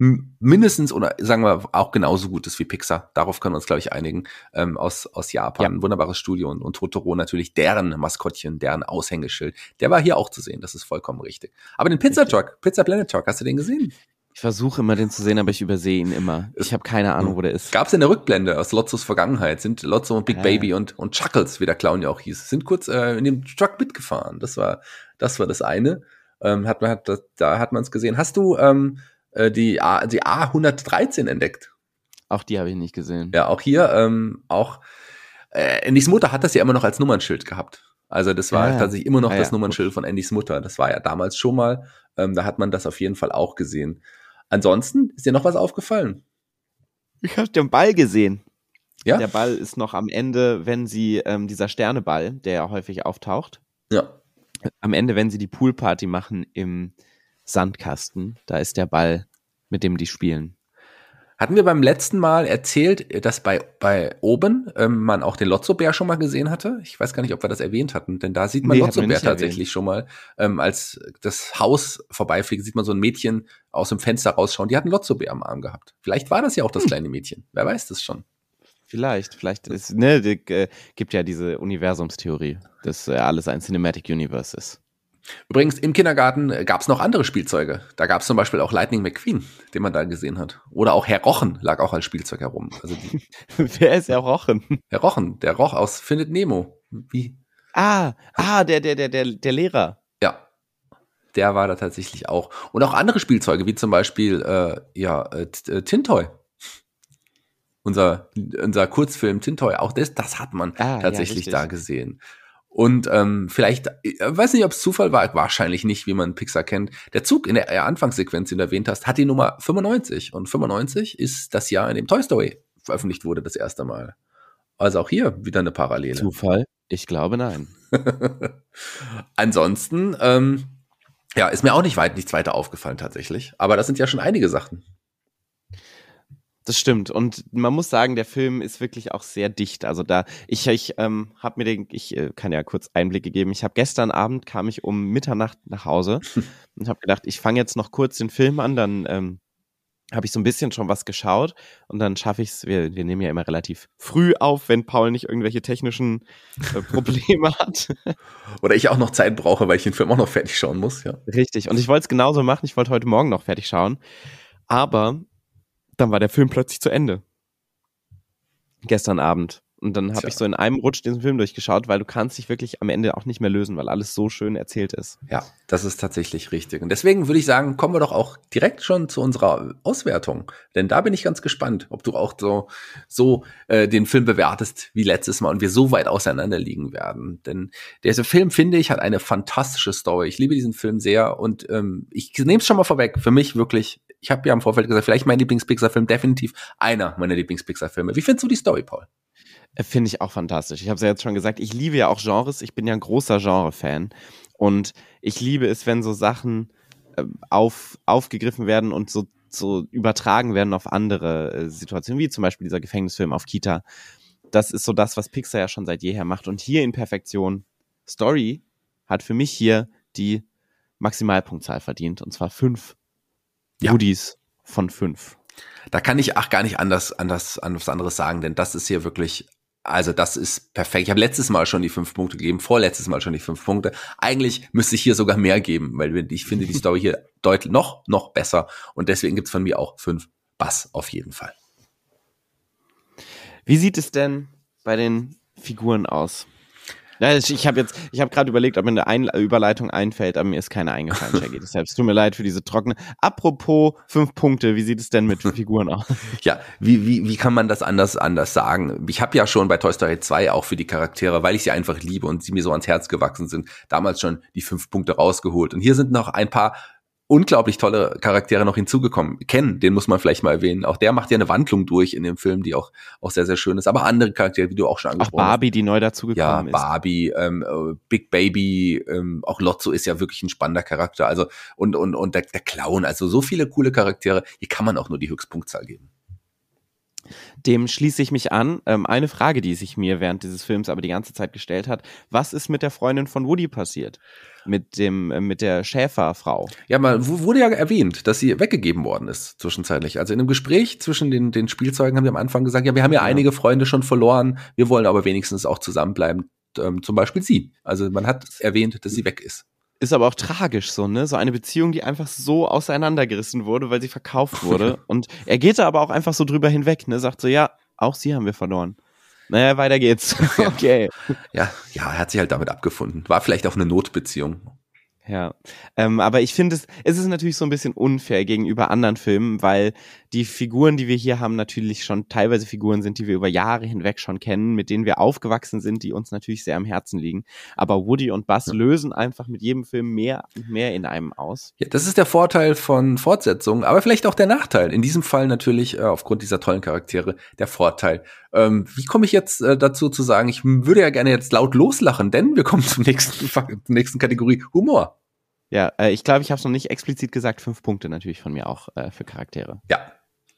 m- mindestens oder sagen wir auch genauso gut ist wie Pixar. Darauf können wir uns, glaube ich, einigen. Ähm, aus, aus Japan. Ja. Ein wunderbares Studio. Und, und Totoro natürlich deren Maskottchen, deren Aushängeschild. Der war hier auch zu sehen. Das ist vollkommen richtig. Aber den Pizza Truck, Pizza Planet Truck, hast du den gesehen? Ich versuche immer, den zu sehen, aber ich übersehe ihn immer. Ich habe keine Ahnung, wo der ist. Gab's in der Rückblende aus Lotzos Vergangenheit, sind Lotso und Big Ah. Baby und, und Chuckles, wie der Clown ja auch hieß, sind kurz äh, in dem Truck mitgefahren. Das war das war das eine. Ähm, hat man hat das, da hat man es gesehen. Hast du ähm, äh, die A, die A hundertdreizehn entdeckt? Auch die habe ich nicht gesehen. Ja, auch hier ähm, auch äh, Andys Mutter hat das ja immer noch als Nummernschild gehabt. Also das war Ah, ja. tatsächlich immer noch Ah, das ja. Nummernschild von Andys Mutter. Das war ja damals schon mal. Ähm, da hat man das auf jeden Fall auch gesehen. Ansonsten, ist dir noch was aufgefallen? Ich habe den Ball gesehen. Ja? Der Ball ist noch am Ende, wenn sie, ähm, dieser Sterneball, der ja häufig auftaucht, Ja. am Ende, wenn sie die Poolparty machen im Sandkasten, da ist der Ball, mit dem die spielen. Hatten wir beim letzten Mal erzählt, dass bei, bei oben ähm, man auch den Lotso-Bär schon mal gesehen hatte? Ich weiß gar nicht, ob wir das erwähnt hatten, denn da sieht man Nee, hatten wir Lotso-Bär nicht tatsächlich erwähnt. schon mal. Ähm, als das Haus vorbeifliegt, sieht man so ein Mädchen aus dem Fenster rausschauen. Die hat einen Lotso-Bär am Arm gehabt. Vielleicht war das ja auch das kleine Mädchen. Wer weiß das schon. Vielleicht, vielleicht ist, ne, die, äh, gibt ja diese Universumstheorie, dass äh, alles ein Cinematic Universe ist. Übrigens, im Kindergarten gab es noch andere Spielzeuge. Da gab es zum Beispiel auch Lightning McQueen, den man da gesehen hat. Oder auch Herr Rochen lag auch als Spielzeug herum. Also die, Wer ist Herr Rochen? Herr Rochen, der Roch aus Findet Nemo. Wie? Ah, ah, der, der, der, der, der Lehrer. Ja, der war da tatsächlich auch. Und auch andere Spielzeuge, wie zum Beispiel äh, ja, äh, T- äh, Tintoy. Unser, unser Kurzfilm Tintoy, auch das, das hat man Ah, ja, tatsächlich richtig. da gesehen. Und ähm, vielleicht, ich weiß nicht, ob es Zufall war, wahrscheinlich nicht, wie man Pixar kennt. Der Zug in der äh, Anfangssequenz, den du erwähnt hast, hat die Nummer fünfundneunzig. Und fünfundneunzig ist das Jahr, in dem Toy Story veröffentlicht wurde, das erste Mal. Also auch hier wieder eine Parallele. Zufall? Ich glaube, nein. Ansonsten, ähm, ja, ist mir auch nicht weit nichts weiter aufgefallen tatsächlich. Aber das sind ja schon einige Sachen. Das stimmt. Und man muss sagen, der Film ist wirklich auch sehr dicht. Also da, ich, ich ähm, habe mir den, ich äh, kann ja kurz Einblicke geben. Ich habe gestern Abend, kam ich um Mitternacht nach Hause und habe gedacht, ich fange jetzt noch kurz den Film an, dann ähm, habe ich so ein bisschen schon was geschaut und dann schaffe ich es, wir, wir nehmen ja immer relativ früh auf, wenn Paul nicht irgendwelche technischen äh, Probleme hat. Oder ich auch noch Zeit brauche, weil ich den Film auch noch fertig schauen muss, ja. Richtig. Und ich wollte es genauso machen. Ich wollte heute Morgen noch fertig schauen. Aber dann war der Film plötzlich zu Ende. Gestern Abend. Und dann habe Tja. ich so in einem Rutsch diesen Film durchgeschaut, weil du kannst dich wirklich am Ende auch nicht mehr lösen, weil alles so schön erzählt ist. Ja, das ist tatsächlich richtig. Und deswegen würde ich sagen, kommen wir doch auch direkt schon zu unserer Auswertung. Denn da bin ich ganz gespannt, ob du auch so, so äh, den Film bewertest wie letztes Mal und wir so weit auseinander liegen werden. Denn dieser Film, finde ich, hat eine fantastische Story. Ich liebe diesen Film sehr und ähm, ich nehme es schon mal vorweg. Für mich wirklich, ich habe ja im Vorfeld gesagt, vielleicht mein Lieblings-Pixar-Film, definitiv einer meiner Lieblings-Pixar-Filme. Wie findest du die Story, Paul? Finde ich auch fantastisch. Ich habe es ja jetzt schon gesagt, ich liebe ja auch Genres. Ich bin ja ein großer Genre-Fan. Und ich liebe es, wenn so Sachen äh, auf, aufgegriffen werden und so, so übertragen werden auf andere äh, Situationen, wie zum Beispiel dieser Gefängnisfilm auf Kita. Das ist so das, was Pixar ja schon seit jeher macht. Und hier in Perfektion, Story hat für mich hier die Maximalpunktzahl verdient. Und zwar fünf Ja. Woodies von fünf. Da kann ich auch gar nicht anders, anders, anders anderes sagen, denn das ist hier wirklich, also das ist perfekt. Ich habe letztes Mal schon die fünf Punkte gegeben, vorletztes Mal schon die fünf Punkte. Eigentlich müsste ich hier sogar mehr geben, weil ich finde die Story hier deutlich noch, noch besser und deswegen gibt's von mir auch fünf Bass auf jeden Fall. Wie sieht es denn bei den Figuren aus? Ja, ich ich habe jetzt, ich habe gerade überlegt, ob mir eine Ein- Überleitung einfällt, aber mir ist keine eingefallen, Shaggy. Deshalb es tut mir leid für diese trockene. Apropos fünf Punkte, wie sieht es denn mit Figuren aus? Ja, wie, wie, wie kann man das anders, anders sagen? Ich habe ja schon bei Toy Story zwei auch für die Charaktere, weil ich sie einfach liebe und sie mir so ans Herz gewachsen sind, damals schon die fünf Punkte rausgeholt. Und hier sind noch ein paar unglaublich tolle Charaktere noch hinzugekommen. Ken, den muss man vielleicht mal erwähnen. Auch der macht ja eine Wandlung durch in dem Film, die auch, auch sehr, sehr schön ist. Aber andere Charaktere, wie du auch schon Auch angesprochen hast. Barbie, die neu Ja, dazugekommen ist. Barbie, ähm, äh, Big Baby, ähm, auch Lotso ist ja wirklich ein spannender Charakter. Also und und und der, der Clown, also so viele coole Charaktere. Hier kann man auch nur die Höchstpunktzahl geben. Dem schließe ich mich an. Ähm, eine Frage, die sich mir während dieses Films aber die ganze Zeit gestellt hat: Was ist mit der Freundin von Woody passiert? Mit dem, äh, mit der Schäferfrau. Ja, mal w- wurde ja erwähnt, dass sie weggegeben worden ist zwischenzeitlich. Also in einem Gespräch zwischen den, den Spielzeugen haben die am Anfang gesagt, ja, wir haben ja, Ja. einige Freunde schon verloren, wir wollen aber wenigstens auch zusammenbleiben. Ähm, zum Beispiel sie. Also man hat erwähnt, dass sie weg ist. Ist aber auch tragisch so, ne? So eine Beziehung, die einfach so auseinandergerissen wurde, weil sie verkauft wurde. Und er geht da aber auch einfach so drüber hinweg, ne? Sagt so, ja, auch sie haben wir verloren. Naja, weiter geht's. Okay. Ja, ja, er hat sich halt damit abgefunden. War vielleicht auch eine Notbeziehung. Ja, ähm, aber ich finde es, es ist natürlich so ein bisschen unfair gegenüber anderen Filmen, weil die Figuren, die wir hier haben, natürlich schon teilweise Figuren sind, die wir über Jahre hinweg schon kennen, mit denen wir aufgewachsen sind, die uns natürlich sehr am Herzen liegen. Aber Woody und Buzz lösen einfach mit jedem Film mehr und mehr in einem aus. Ja, das ist der Vorteil von Fortsetzungen, aber vielleicht auch der Nachteil. In diesem Fall natürlich äh, aufgrund dieser tollen Charaktere der Vorteil. Ähm, wie komme ich jetzt äh, dazu zu sagen, ich würde ja gerne jetzt laut loslachen, denn wir kommen zum nächsten, zur nächsten Kategorie, Humor. Ja, äh, ich glaube, ich habe es noch nicht explizit gesagt, fünf Punkte natürlich von mir auch äh, für Charaktere. Ja.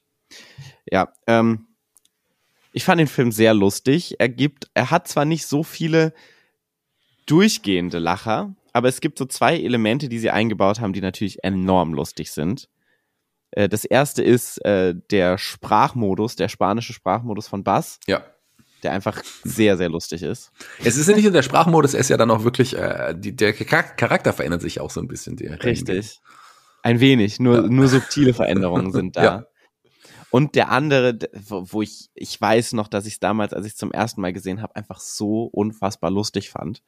Ja, ähm, ich fand den Film sehr lustig. Er gibt, er hat zwar nicht so viele durchgehende Lacher, aber es gibt so zwei Elemente, die sie eingebaut haben, die natürlich enorm lustig sind. Äh, das erste ist äh, der Sprachmodus, der spanische Sprachmodus von Buzz. Ja. Der einfach sehr, sehr lustig ist. Es ist ja nicht nur der Sprachmodus, er ist ja dann auch wirklich, äh, die, der Charakter verändert sich auch so ein bisschen. Der, Richtig. Ein wenig, nur, ja. nur subtile Veränderungen sind da. Ja. Und der andere, wo, wo ich, ich weiß noch, dass ich es damals, als ich es zum ersten Mal gesehen habe, einfach so unfassbar lustig fand,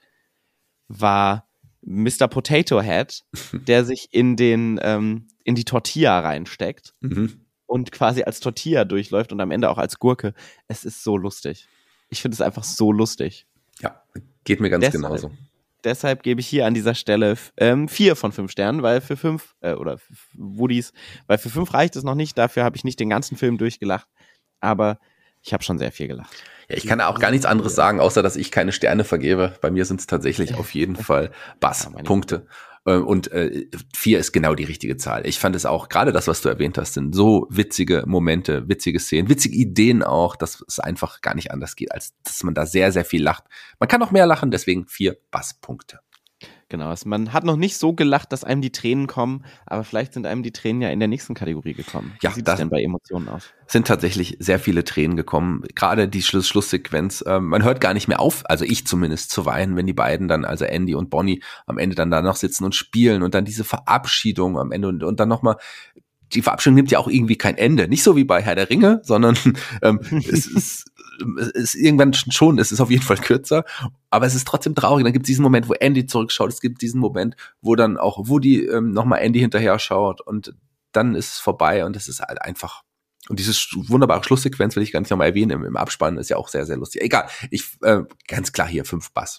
war Mister Potato Head, der sich in den, ähm, in die Tortilla reinsteckt mhm. und quasi als Tortilla durchläuft und am Ende auch als Gurke. Es ist so lustig. Ich finde es einfach so lustig. Ja, geht mir ganz deshalb, genauso. Deshalb gebe ich hier an dieser Stelle ähm, vier von fünf Sternen, weil für fünf, äh, oder Woodies, weil für fünf reicht es noch nicht, dafür habe ich nicht den ganzen Film durchgelacht, aber ich habe schon sehr viel gelacht. Ja, ich kann auch gar nichts anderes sagen, außer dass ich keine Sterne vergebe. Bei mir sind es tatsächlich auf jeden Fall Bass-Punkte. Und äh, vier ist genau die richtige Zahl. Ich fand es auch, gerade das, was du erwähnt hast, sind so witzige Momente, witzige Szenen, witzige Ideen auch, dass es einfach gar nicht anders geht, als dass man da sehr, sehr viel lacht. Man kann auch mehr lachen, deswegen vier Basspunkte. Genau, also man hat noch nicht so gelacht, dass einem die Tränen kommen, aber vielleicht sind einem die Tränen ja in der nächsten Kategorie gekommen. Wie ja, sieht es denn bei Emotionen aus? Sind tatsächlich sehr viele Tränen gekommen. Gerade die Schluss Schlusssequenz, ähm, man hört gar nicht mehr auf, also ich zumindest, zu weinen, wenn die beiden dann, also Andy und Bonnie, am Ende dann da noch sitzen und spielen und dann diese Verabschiedung am Ende und, und dann nochmal, die Verabschiedung nimmt ja auch irgendwie kein Ende. Nicht so wie bei Herr der Ringe, sondern ähm, es ist es ist irgendwann schon, es ist auf jeden Fall kürzer, aber es ist trotzdem traurig. Dann gibt es diesen Moment, wo Andy zurückschaut, es gibt diesen Moment, wo dann auch Woody ähm, nochmal Andy hinterher schaut und dann ist es vorbei und es ist halt einfach, und diese wunderbare Schlusssequenz will ich gar nicht nochmal erwähnen, im, im Abspann ist ja auch sehr, sehr lustig. Egal, ich, äh, ganz klar hier, fünf Bass.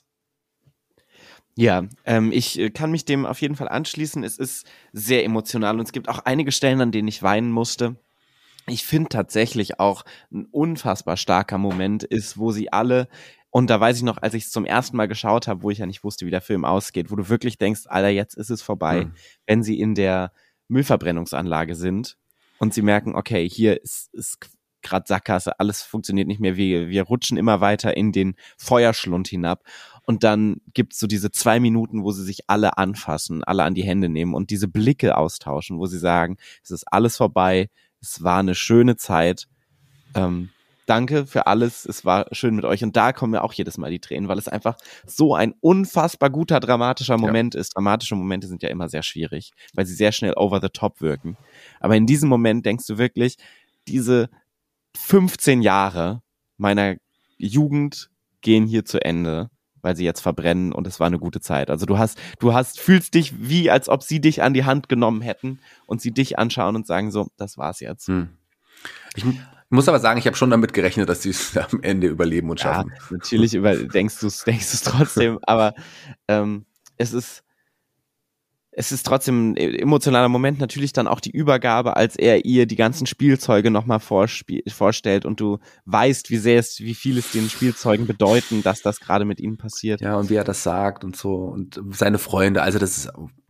Ja, ähm, ich äh, kann mich dem auf jeden Fall anschließen. Es ist sehr emotional und es gibt auch einige Stellen, an denen ich weinen musste. Ich finde tatsächlich auch ein unfassbar starker Moment ist, wo sie alle, und da weiß ich noch, als ich es zum ersten Mal geschaut habe, wo ich ja nicht wusste, wie der Film ausgeht, wo du wirklich denkst, Alter, jetzt ist es vorbei, mhm. wenn sie in der Müllverbrennungsanlage sind und sie merken, okay, hier ist, ist gerade Sackgasse, alles funktioniert nicht mehr, wir, wir rutschen immer weiter in den Feuerschlund hinab. Und dann gibt's so diese zwei Minuten, wo sie sich alle anfassen, alle an die Hände nehmen und diese Blicke austauschen, wo sie sagen, es ist alles vorbei, es war eine schöne Zeit. Ähm, danke für alles. Es war schön mit euch. Und da kommen mir auch jedes Mal die Tränen, weil es einfach so ein unfassbar guter, dramatischer Moment ja. ist. Dramatische Momente sind ja immer sehr schwierig, weil sie sehr schnell over the top wirken. Aber in diesem Moment denkst du wirklich, diese fünfzehn Jahre meiner Jugend gehen hier zu Ende, weil sie jetzt verbrennen und es war eine gute Zeit. Also du hast, du hast, fühlst dich wie, als ob sie dich an die Hand genommen hätten und sie dich anschauen und sagen so, das war's jetzt. Hm. Ich muss aber sagen, ich habe schon damit gerechnet, dass sie es am Ende überleben und schaffen. Ja, natürlich über, denkst du es denkst du's trotzdem, aber ähm, es ist es ist trotzdem ein emotionaler Moment, natürlich dann auch die Übergabe, als er ihr die ganzen Spielzeuge nochmal vorspie- vorstellt und du weißt, wie sehr es, wie viel es den Spielzeugen bedeuten, dass das gerade mit ihnen passiert. Ja, und wie er das sagt und so und seine Freunde, also das ist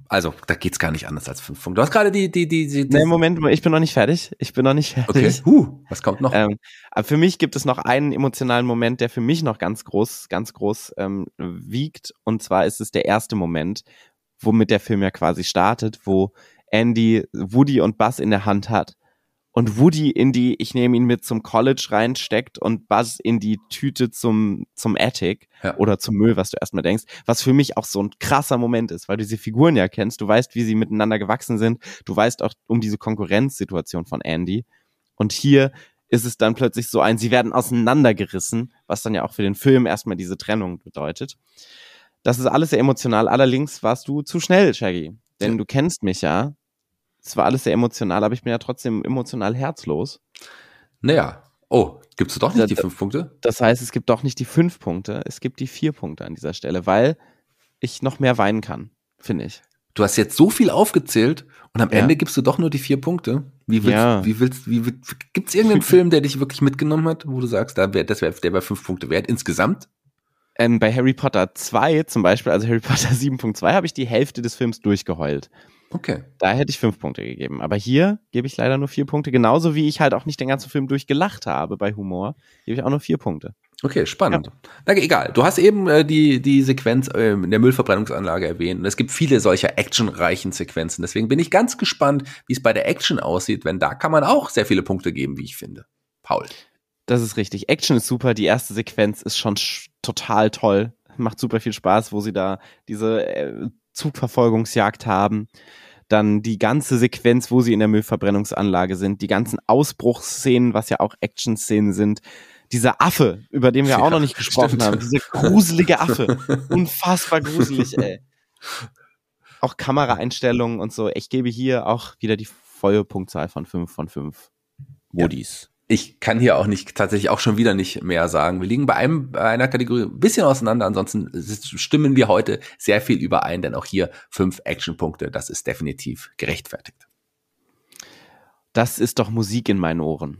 Also, da geht's gar nicht anders als fünf Punkte. Du hast gerade die, die, die, die, die Nee, Moment, ich bin noch nicht fertig. Ich bin noch nicht fertig. Okay, huh, was kommt noch? Ähm, aber für mich gibt es noch einen emotionalen Moment, der für mich noch ganz groß, ganz groß ähm, wiegt. Und zwar ist es der erste Moment, womit der Film ja quasi startet, wo Andy Woody und Buzz in der Hand hat und Woody in die, ich nehme ihn mit zum College reinsteckt und Buzz in die Tüte zum, zum Attic Ja. oder zum Müll, was du erstmal denkst, was für mich auch so ein krasser Moment ist, weil du diese Figuren ja kennst, du weißt, wie sie miteinander gewachsen sind, du weißt auch um diese Konkurrenzsituation von Andy und hier ist es dann plötzlich so ein, sie werden auseinandergerissen, was dann ja auch für den Film erstmal diese Trennung bedeutet. Das ist alles sehr emotional, allerdings warst du zu schnell, Shaggy, denn Ja. du kennst mich ja. Es war alles sehr emotional, aber ich bin ja trotzdem emotional herzlos. Naja, oh, gibt's doch nicht Da- die fünf Punkte? Das heißt, es gibt doch nicht die fünf Punkte, es gibt die vier Punkte an dieser Stelle, weil ich noch mehr weinen kann, finde ich. Du hast jetzt so viel aufgezählt und am Ja. Ende gibst du doch nur die vier Punkte. Wie willst, Ja. wie willst, wie willst, gibt's irgendeinen Film, der dich wirklich mitgenommen hat, wo du sagst, da wär, das wär, der wäre fünf Punkte wert insgesamt? Ähm, bei Harry Potter zwei zum Beispiel, also Harry Potter sieben Punkt zwei, habe ich die Hälfte des Films durchgeheult. Okay. Da hätte ich fünf Punkte gegeben. Aber hier gebe ich leider nur vier Punkte. Genauso wie ich halt auch nicht den ganzen Film durchgelacht habe bei Humor, gebe ich auch nur vier Punkte. Okay, spannend. Na, egal. Du hast eben äh, die, die Sequenz äh, in der Müllverbrennungsanlage erwähnt. Und es gibt viele solcher actionreichen Sequenzen. Deswegen bin ich ganz gespannt, wie es bei der Action aussieht, wenn da kann man auch sehr viele Punkte geben, wie ich finde. Paul. Das ist richtig. Action ist super. Die erste Sequenz ist schon sch- total toll. Macht super viel Spaß, wo sie da diese äh, Zugverfolgungsjagd haben. Dann die ganze Sequenz, wo sie in der Müllverbrennungsanlage sind. Die ganzen Ausbruchsszenen, was ja auch Action-Szenen sind. Dieser Affe, über den wir Ja, auch noch nicht gesprochen stimmt. haben. Dieser gruselige Affe. Unfassbar gruselig, ey. Auch Kameraeinstellungen und so. Ich gebe hier auch wieder die volle Punktzahl von fünf von fünf Woodies. Ich kann hier auch nicht, tatsächlich auch schon wieder nicht mehr sagen. Wir liegen bei einem, bei einer Kategorie ein bisschen auseinander. Ansonsten stimmen wir heute sehr viel überein, denn auch hier fünf Actionpunkte. Das ist definitiv gerechtfertigt. Das ist doch Musik in meinen Ohren.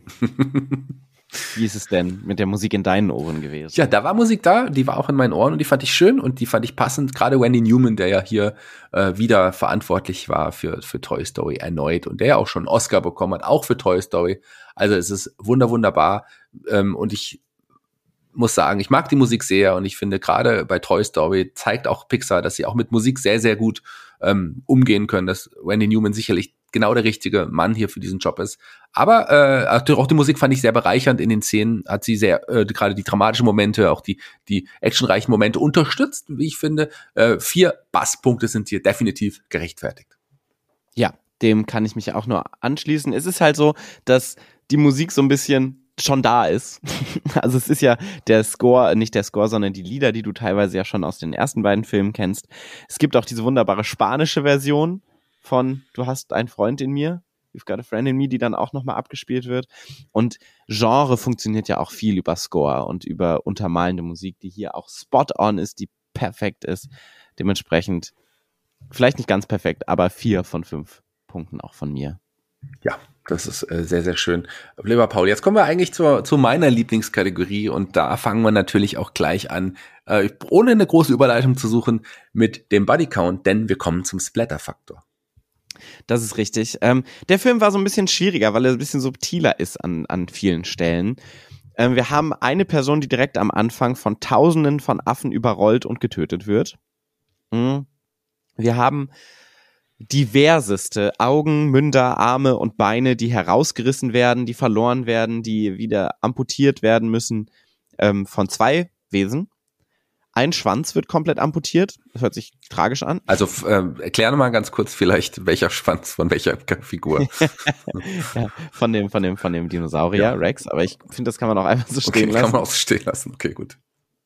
Wie ist es denn mit der Musik in deinen Ohren gewesen? Ja, da war Musik da, die war auch in meinen Ohren und die fand ich schön und die fand ich passend. Gerade Randy Newman, der ja hier äh, wieder verantwortlich war für, für Toy Story erneut und der ja auch schon einen Oscar bekommen hat, auch für Toy Story. Also es ist wunder, wunderbar ähm, und ich muss sagen, ich mag die Musik sehr und ich finde gerade bei Toy Story zeigt auch Pixar, dass sie auch mit Musik sehr, sehr gut ähm, umgehen können, dass Randy Newman sicherlich genau der richtige Mann hier für diesen Job ist. Aber äh, auch die Musik fand ich sehr bereichernd in den Szenen, hat sie sehr, äh, gerade die dramatischen Momente, auch die die actionreichen Momente unterstützt, wie ich finde. Äh, vier Basspunkte sind hier definitiv gerechtfertigt. Ja, dem kann ich mich auch nur anschließen. Es ist halt so, dass die Musik so ein bisschen schon da ist. Also es ist ja der Score, nicht der Score, sondern die Lieder, die du teilweise ja schon aus den ersten beiden Filmen kennst. Es gibt auch diese wunderbare spanische Version von Du hast einen Freund in mir, You've Got a Friend in Me, die dann auch nochmal abgespielt wird. Und Genre funktioniert ja auch viel über Score und über untermalende Musik, die hier auch spot on ist, die perfekt ist. Dementsprechend vielleicht nicht ganz perfekt, aber vier von fünf Punkten auch von mir. Ja, das ist äh, sehr, sehr schön. Lieber Paul, jetzt kommen wir eigentlich zur, zu meiner Lieblingskategorie und da fangen wir natürlich auch gleich an, äh, ohne eine große Überleitung zu suchen, mit dem Bodycount, denn wir kommen zum Splatter-Faktor. Das ist richtig. Ähm, der Film war so ein bisschen schwieriger, weil er ein bisschen subtiler ist an, an vielen Stellen. Ähm, wir haben eine Person, die direkt am Anfang von Tausenden von Affen überrollt und getötet wird. Mhm. Wir haben diverseste Augen, Münder, Arme und Beine, die herausgerissen werden, die verloren werden, die wieder amputiert werden müssen, ähm, von zwei Wesen. Ein Schwanz wird komplett amputiert. Das hört sich tragisch an. Also äh, erklär noch mal ganz kurz vielleicht, welcher Schwanz von welcher Figur. Ja, von dem, von dem, von dem Dinosaurier, Ja. Rex. Aber ich finde, das kann man auch einfach so Okay, stehen kann lassen. man auch so stehen lassen. Okay, gut.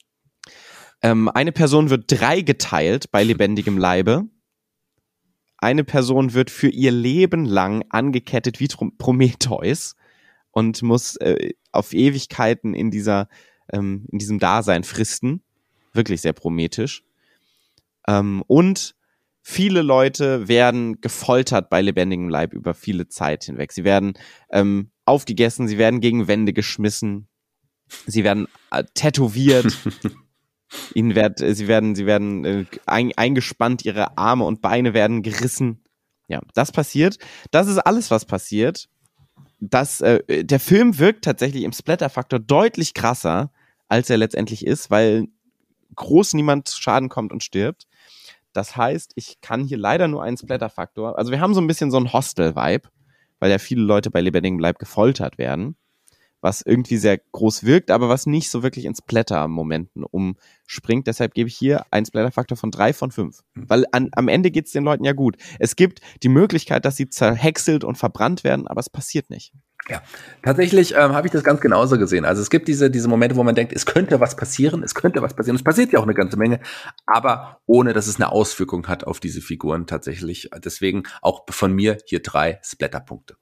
Ähm, eine Person wird drei geteilt bei lebendigem Leibe. Eine Person wird für ihr Leben lang angekettet wie Trom- Prometheus und muss äh, auf Ewigkeiten in dieser, ähm, in diesem Dasein fristen. Wirklich sehr prometisch. Ähm, und viele Leute werden gefoltert bei lebendigem Leib über viele Zeit hinweg. Sie werden ähm, aufgegessen, sie werden gegen Wände geschmissen, sie werden äh, tätowiert. Ihnen wird, sie werden, sie werden äh, ein, eingespannt, ihre Arme und Beine werden gerissen. Ja, das passiert. Das ist alles, was passiert. Das, äh, der Film wirkt tatsächlich im Splatter-Faktor deutlich krasser, als er letztendlich ist, weil groß niemand zu Schaden kommt und stirbt. Das heißt, ich kann hier leider nur einen Splatter-Faktor. Also wir haben so ein bisschen so einen Hostel-Vibe, weil ja viele Leute bei lebendigem Leib gefoltert werden, was irgendwie sehr groß wirkt, aber was nicht so wirklich in Splatter-Momenten umspringt. Deshalb gebe ich hier einen Splatter-Faktor von drei von fünf. Weil an, am Ende geht es den Leuten ja gut. Es gibt die Möglichkeit, dass sie zerhäckselt und verbrannt werden, aber es passiert nicht. Ja, tatsächlich ähm, habe ich das ganz genauso gesehen. Also es gibt diese, diese Momente, wo man denkt, es könnte was passieren, es könnte was passieren. Es passiert ja auch eine ganze Menge, aber ohne, dass es eine Auswirkung hat auf diese Figuren tatsächlich. Deswegen auch von mir hier drei Splatter-Punkte.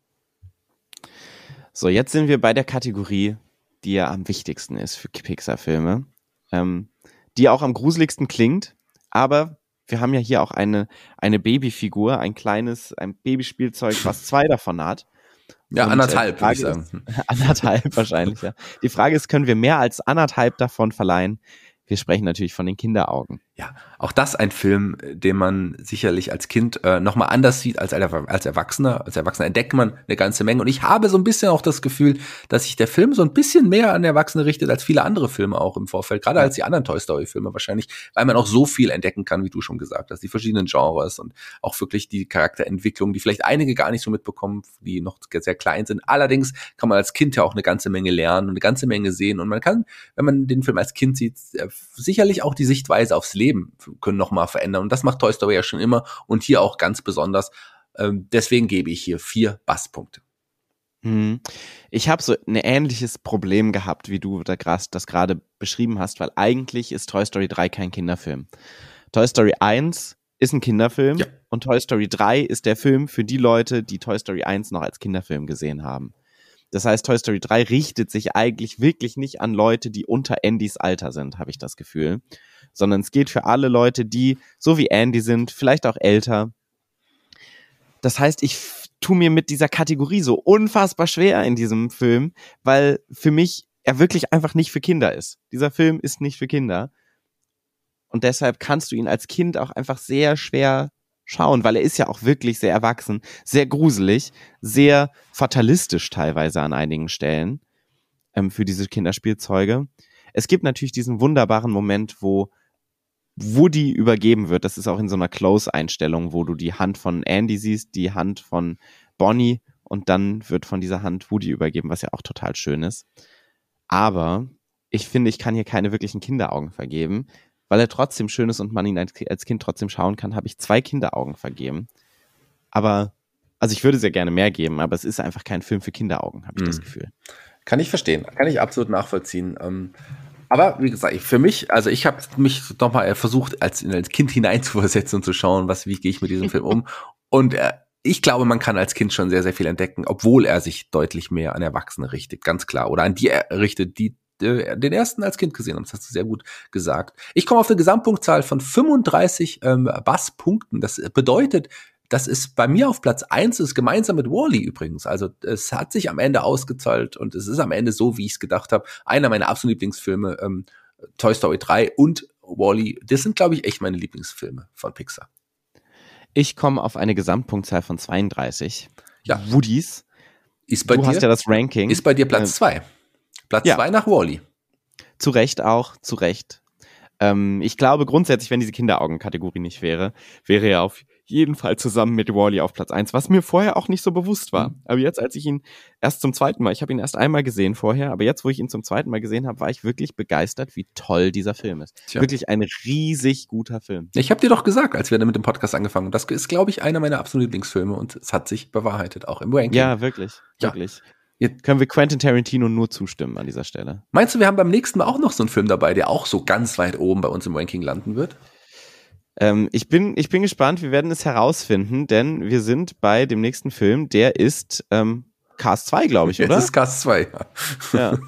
So, jetzt sind wir bei der Kategorie, die ja am wichtigsten ist für Pixar-Filme, ähm, die auch am gruseligsten klingt, aber wir haben ja hier auch eine, eine Babyfigur, ein kleines, ein Babyspielzeug, was zwei davon hat. Ja, Und, anderthalb, äh, würde ich sagen. Ist, anderthalb wahrscheinlich, ja. Die Frage ist, können wir mehr als anderthalb davon verleihen? Wir sprechen natürlich von den Kinderaugen. Ja, auch das ein Film, den man sicherlich als Kind äh, nochmal anders sieht als als Erwachsener. Als Erwachsener entdeckt man eine ganze Menge. Und ich habe so ein bisschen auch das Gefühl, dass sich der Film so ein bisschen mehr an Erwachsene richtet als viele andere Filme auch im Vorfeld. Gerade als die anderen Toy Story Filme wahrscheinlich, weil man auch so viel entdecken kann, wie du schon gesagt hast. Die verschiedenen Genres und auch wirklich die Charakterentwicklung, die vielleicht einige gar nicht so mitbekommen, die noch sehr klein sind. Allerdings kann man als Kind ja auch eine ganze Menge lernen und eine ganze Menge sehen. Und man kann, wenn man den Film als Kind sieht, sicherlich auch die Sichtweise aufs Leben können noch mal verändern. Und das macht Toy Story ja schon immer und hier auch ganz besonders. Ähm, deswegen gebe ich hier vier Basspunkte. Hm. Ich habe so ein ähnliches Problem gehabt, wie du das gerade beschrieben hast, weil eigentlich ist Toy Story drei kein Kinderfilm. Toy Story eins ist ein Kinderfilm ja. Und Toy Story drei ist der Film für die Leute, die Toy Story eins noch als Kinderfilm gesehen haben. Das heißt, Toy Story drei richtet sich eigentlich wirklich nicht an Leute, die unter Andys Alter sind, habe ich das Gefühl. Sondern es geht für alle Leute, die so wie Andy sind, vielleicht auch älter. Das heißt, ich f- tue mir mit dieser Kategorie so unfassbar schwer in diesem Film, weil für mich er wirklich einfach nicht für Kinder ist. Dieser Film ist nicht für Kinder. Und deshalb kannst du ihn als Kind auch einfach sehr schwer schauen, weil er ist ja auch wirklich sehr erwachsen, sehr gruselig, sehr fatalistisch teilweise an einigen Stellen ähm, für diese Kinderspielzeuge. Es gibt natürlich diesen wunderbaren Moment, wo Woody übergeben wird. Das ist auch in so einer Close-Einstellung, wo du die Hand von Andy siehst, die Hand von Bonnie und dann wird von dieser Hand Woody übergeben, was ja auch total schön ist. Aber ich finde, ich kann hier keine wirklichen Kinderaugen vergeben. Weil er trotzdem schön ist und man ihn als Kind trotzdem schauen kann, habe ich zwei Kinderaugen vergeben. Aber, also ich würde sehr gerne mehr geben, aber es ist einfach kein Film für Kinderaugen, habe ich hm. das Gefühl. Kann ich verstehen, kann ich absolut nachvollziehen. Ähm, aber wie gesagt, für mich, also ich habe mich nochmal versucht, als, als Kind hineinzuversetzen und zu schauen, was, wie gehe ich mit diesem Film um. Und äh, ich glaube, man kann als Kind schon sehr, sehr viel entdecken, obwohl er sich deutlich mehr an Erwachsene richtet, ganz klar. Oder an die er richtet, die den ersten als Kind gesehen haben. Das hast du sehr gut gesagt. Ich komme auf eine Gesamtpunktzahl von fünfunddreißig ähm, Basspunkten. Das bedeutet, dass es bei mir auf Platz eins ist, gemeinsam mit Wall-E übrigens. Also es hat sich am Ende ausgezahlt und es ist am Ende so, wie ich es gedacht habe. Einer meiner absoluten Lieblingsfilme, ähm, Toy Story drei und Wall-E. Das sind, glaube ich, echt meine Lieblingsfilme von Pixar. Ich komme auf eine Gesamtpunktzahl von zweiunddreißig. Ja. Woodies. Ist bei du dir, hast ja das Ranking. Ist bei dir Platz zwei. Äh, Platz zwei ja. nach Wall-E. Zu Recht auch, zu Recht. Ähm, ich glaube grundsätzlich, wenn diese Kinderaugen-Kategorie nicht wäre, wäre er auf jeden Fall zusammen mit Wall-E auf Platz eins, was mir vorher auch nicht so bewusst war. Mhm. Aber jetzt, als ich ihn erst zum zweiten Mal, ich habe ihn erst einmal gesehen vorher, aber jetzt, wo ich ihn zum zweiten Mal gesehen habe, war ich wirklich begeistert, wie toll dieser Film ist. Tja. Wirklich ein riesig guter Film. Ich habe dir doch gesagt, als wir mit dem Podcast angefangen haben, das ist, glaube ich, einer meiner absoluten Lieblingsfilme und es hat sich bewahrheitet, auch im Ranking. Ja, wirklich, ja. wirklich. Jetzt können wir Quentin Tarantino nur zustimmen an dieser Stelle. Meinst du, wir haben beim nächsten Mal auch noch so einen Film dabei, der auch so ganz weit oben bei uns im Ranking landen wird? Ähm, ich bin, ich bin gespannt, wir werden es herausfinden, denn wir sind bei dem nächsten Film, der ist ähm, Cars zwei, glaube ich, oder? Das ist Cars zwei, ja.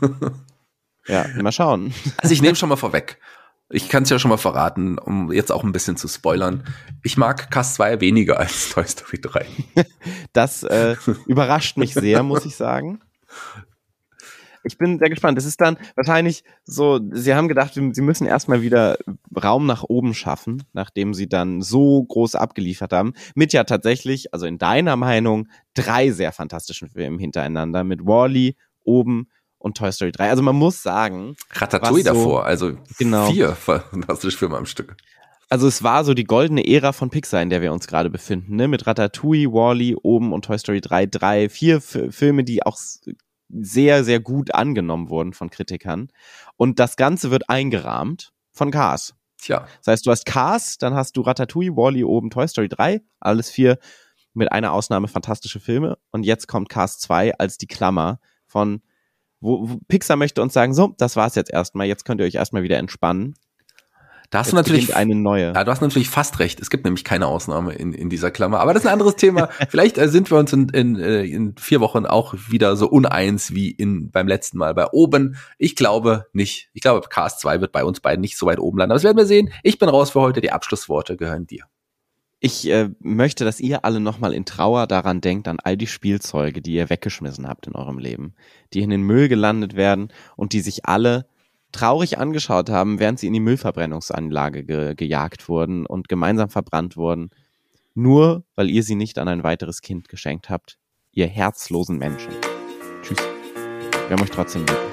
Ja, mal schauen. Also ich nehme schon mal vorweg. Ich kann es ja schon mal verraten, um jetzt auch ein bisschen zu spoilern. Ich mag Cars zwei weniger als Toy Story drei. Das äh, überrascht mich sehr, muss ich sagen. Ich bin sehr gespannt. Es ist dann wahrscheinlich so, sie haben gedacht, sie müssen erstmal wieder Raum nach oben schaffen, nachdem sie dann so groß abgeliefert haben. Mit ja tatsächlich, also in deiner Meinung, drei sehr fantastischen Filmen hintereinander. Mit Wall-E oben und Toy Story drei. Also man muss sagen... Ratatouille so, davor, also genau, vier fantastische Filme am Stück. Also es war so die goldene Ära von Pixar, in der wir uns gerade befinden, ne? Mit Ratatouille, Wall-E oben und Toy Story drei, drei, vier F- Filme, die auch sehr, sehr gut angenommen wurden von Kritikern. Und das Ganze wird eingerahmt von Cars. Tja. Das heißt, du hast Cars, dann hast du Ratatouille, Wall-E oben, Toy Story drei, alles vier mit einer Ausnahme fantastische Filme. Und jetzt kommt Cars zwei als die Klammer von, wo, wo Pixar möchte uns sagen, so, das war's jetzt erstmal, jetzt könnt ihr euch erstmal wieder entspannen. Da hast du natürlich eine neue. Ja, du hast natürlich fast recht. Es gibt nämlich keine Ausnahme in, in dieser Klammer. Aber das ist ein anderes Thema. Vielleicht äh, sind wir uns in, in, in vier Wochen auch wieder so uneins wie in, beim letzten Mal bei oben. Ich glaube nicht. Ich glaube, Cars zwei wird bei uns beiden nicht so weit oben landen. Aber das werden wir sehen. Ich bin raus für heute. Die Abschlussworte gehören dir. Ich äh, möchte, dass ihr alle nochmal in Trauer daran denkt, an all die Spielzeuge, die ihr weggeschmissen habt in eurem Leben, die in den Müll gelandet werden und die sich alle traurig angeschaut haben, während sie in die Müllverbrennungsanlage ge- gejagt wurden und gemeinsam verbrannt wurden, nur weil ihr sie nicht an ein weiteres Kind geschenkt habt, ihr herzlosen Menschen. Tschüss. Wir haben euch trotzdem lieb.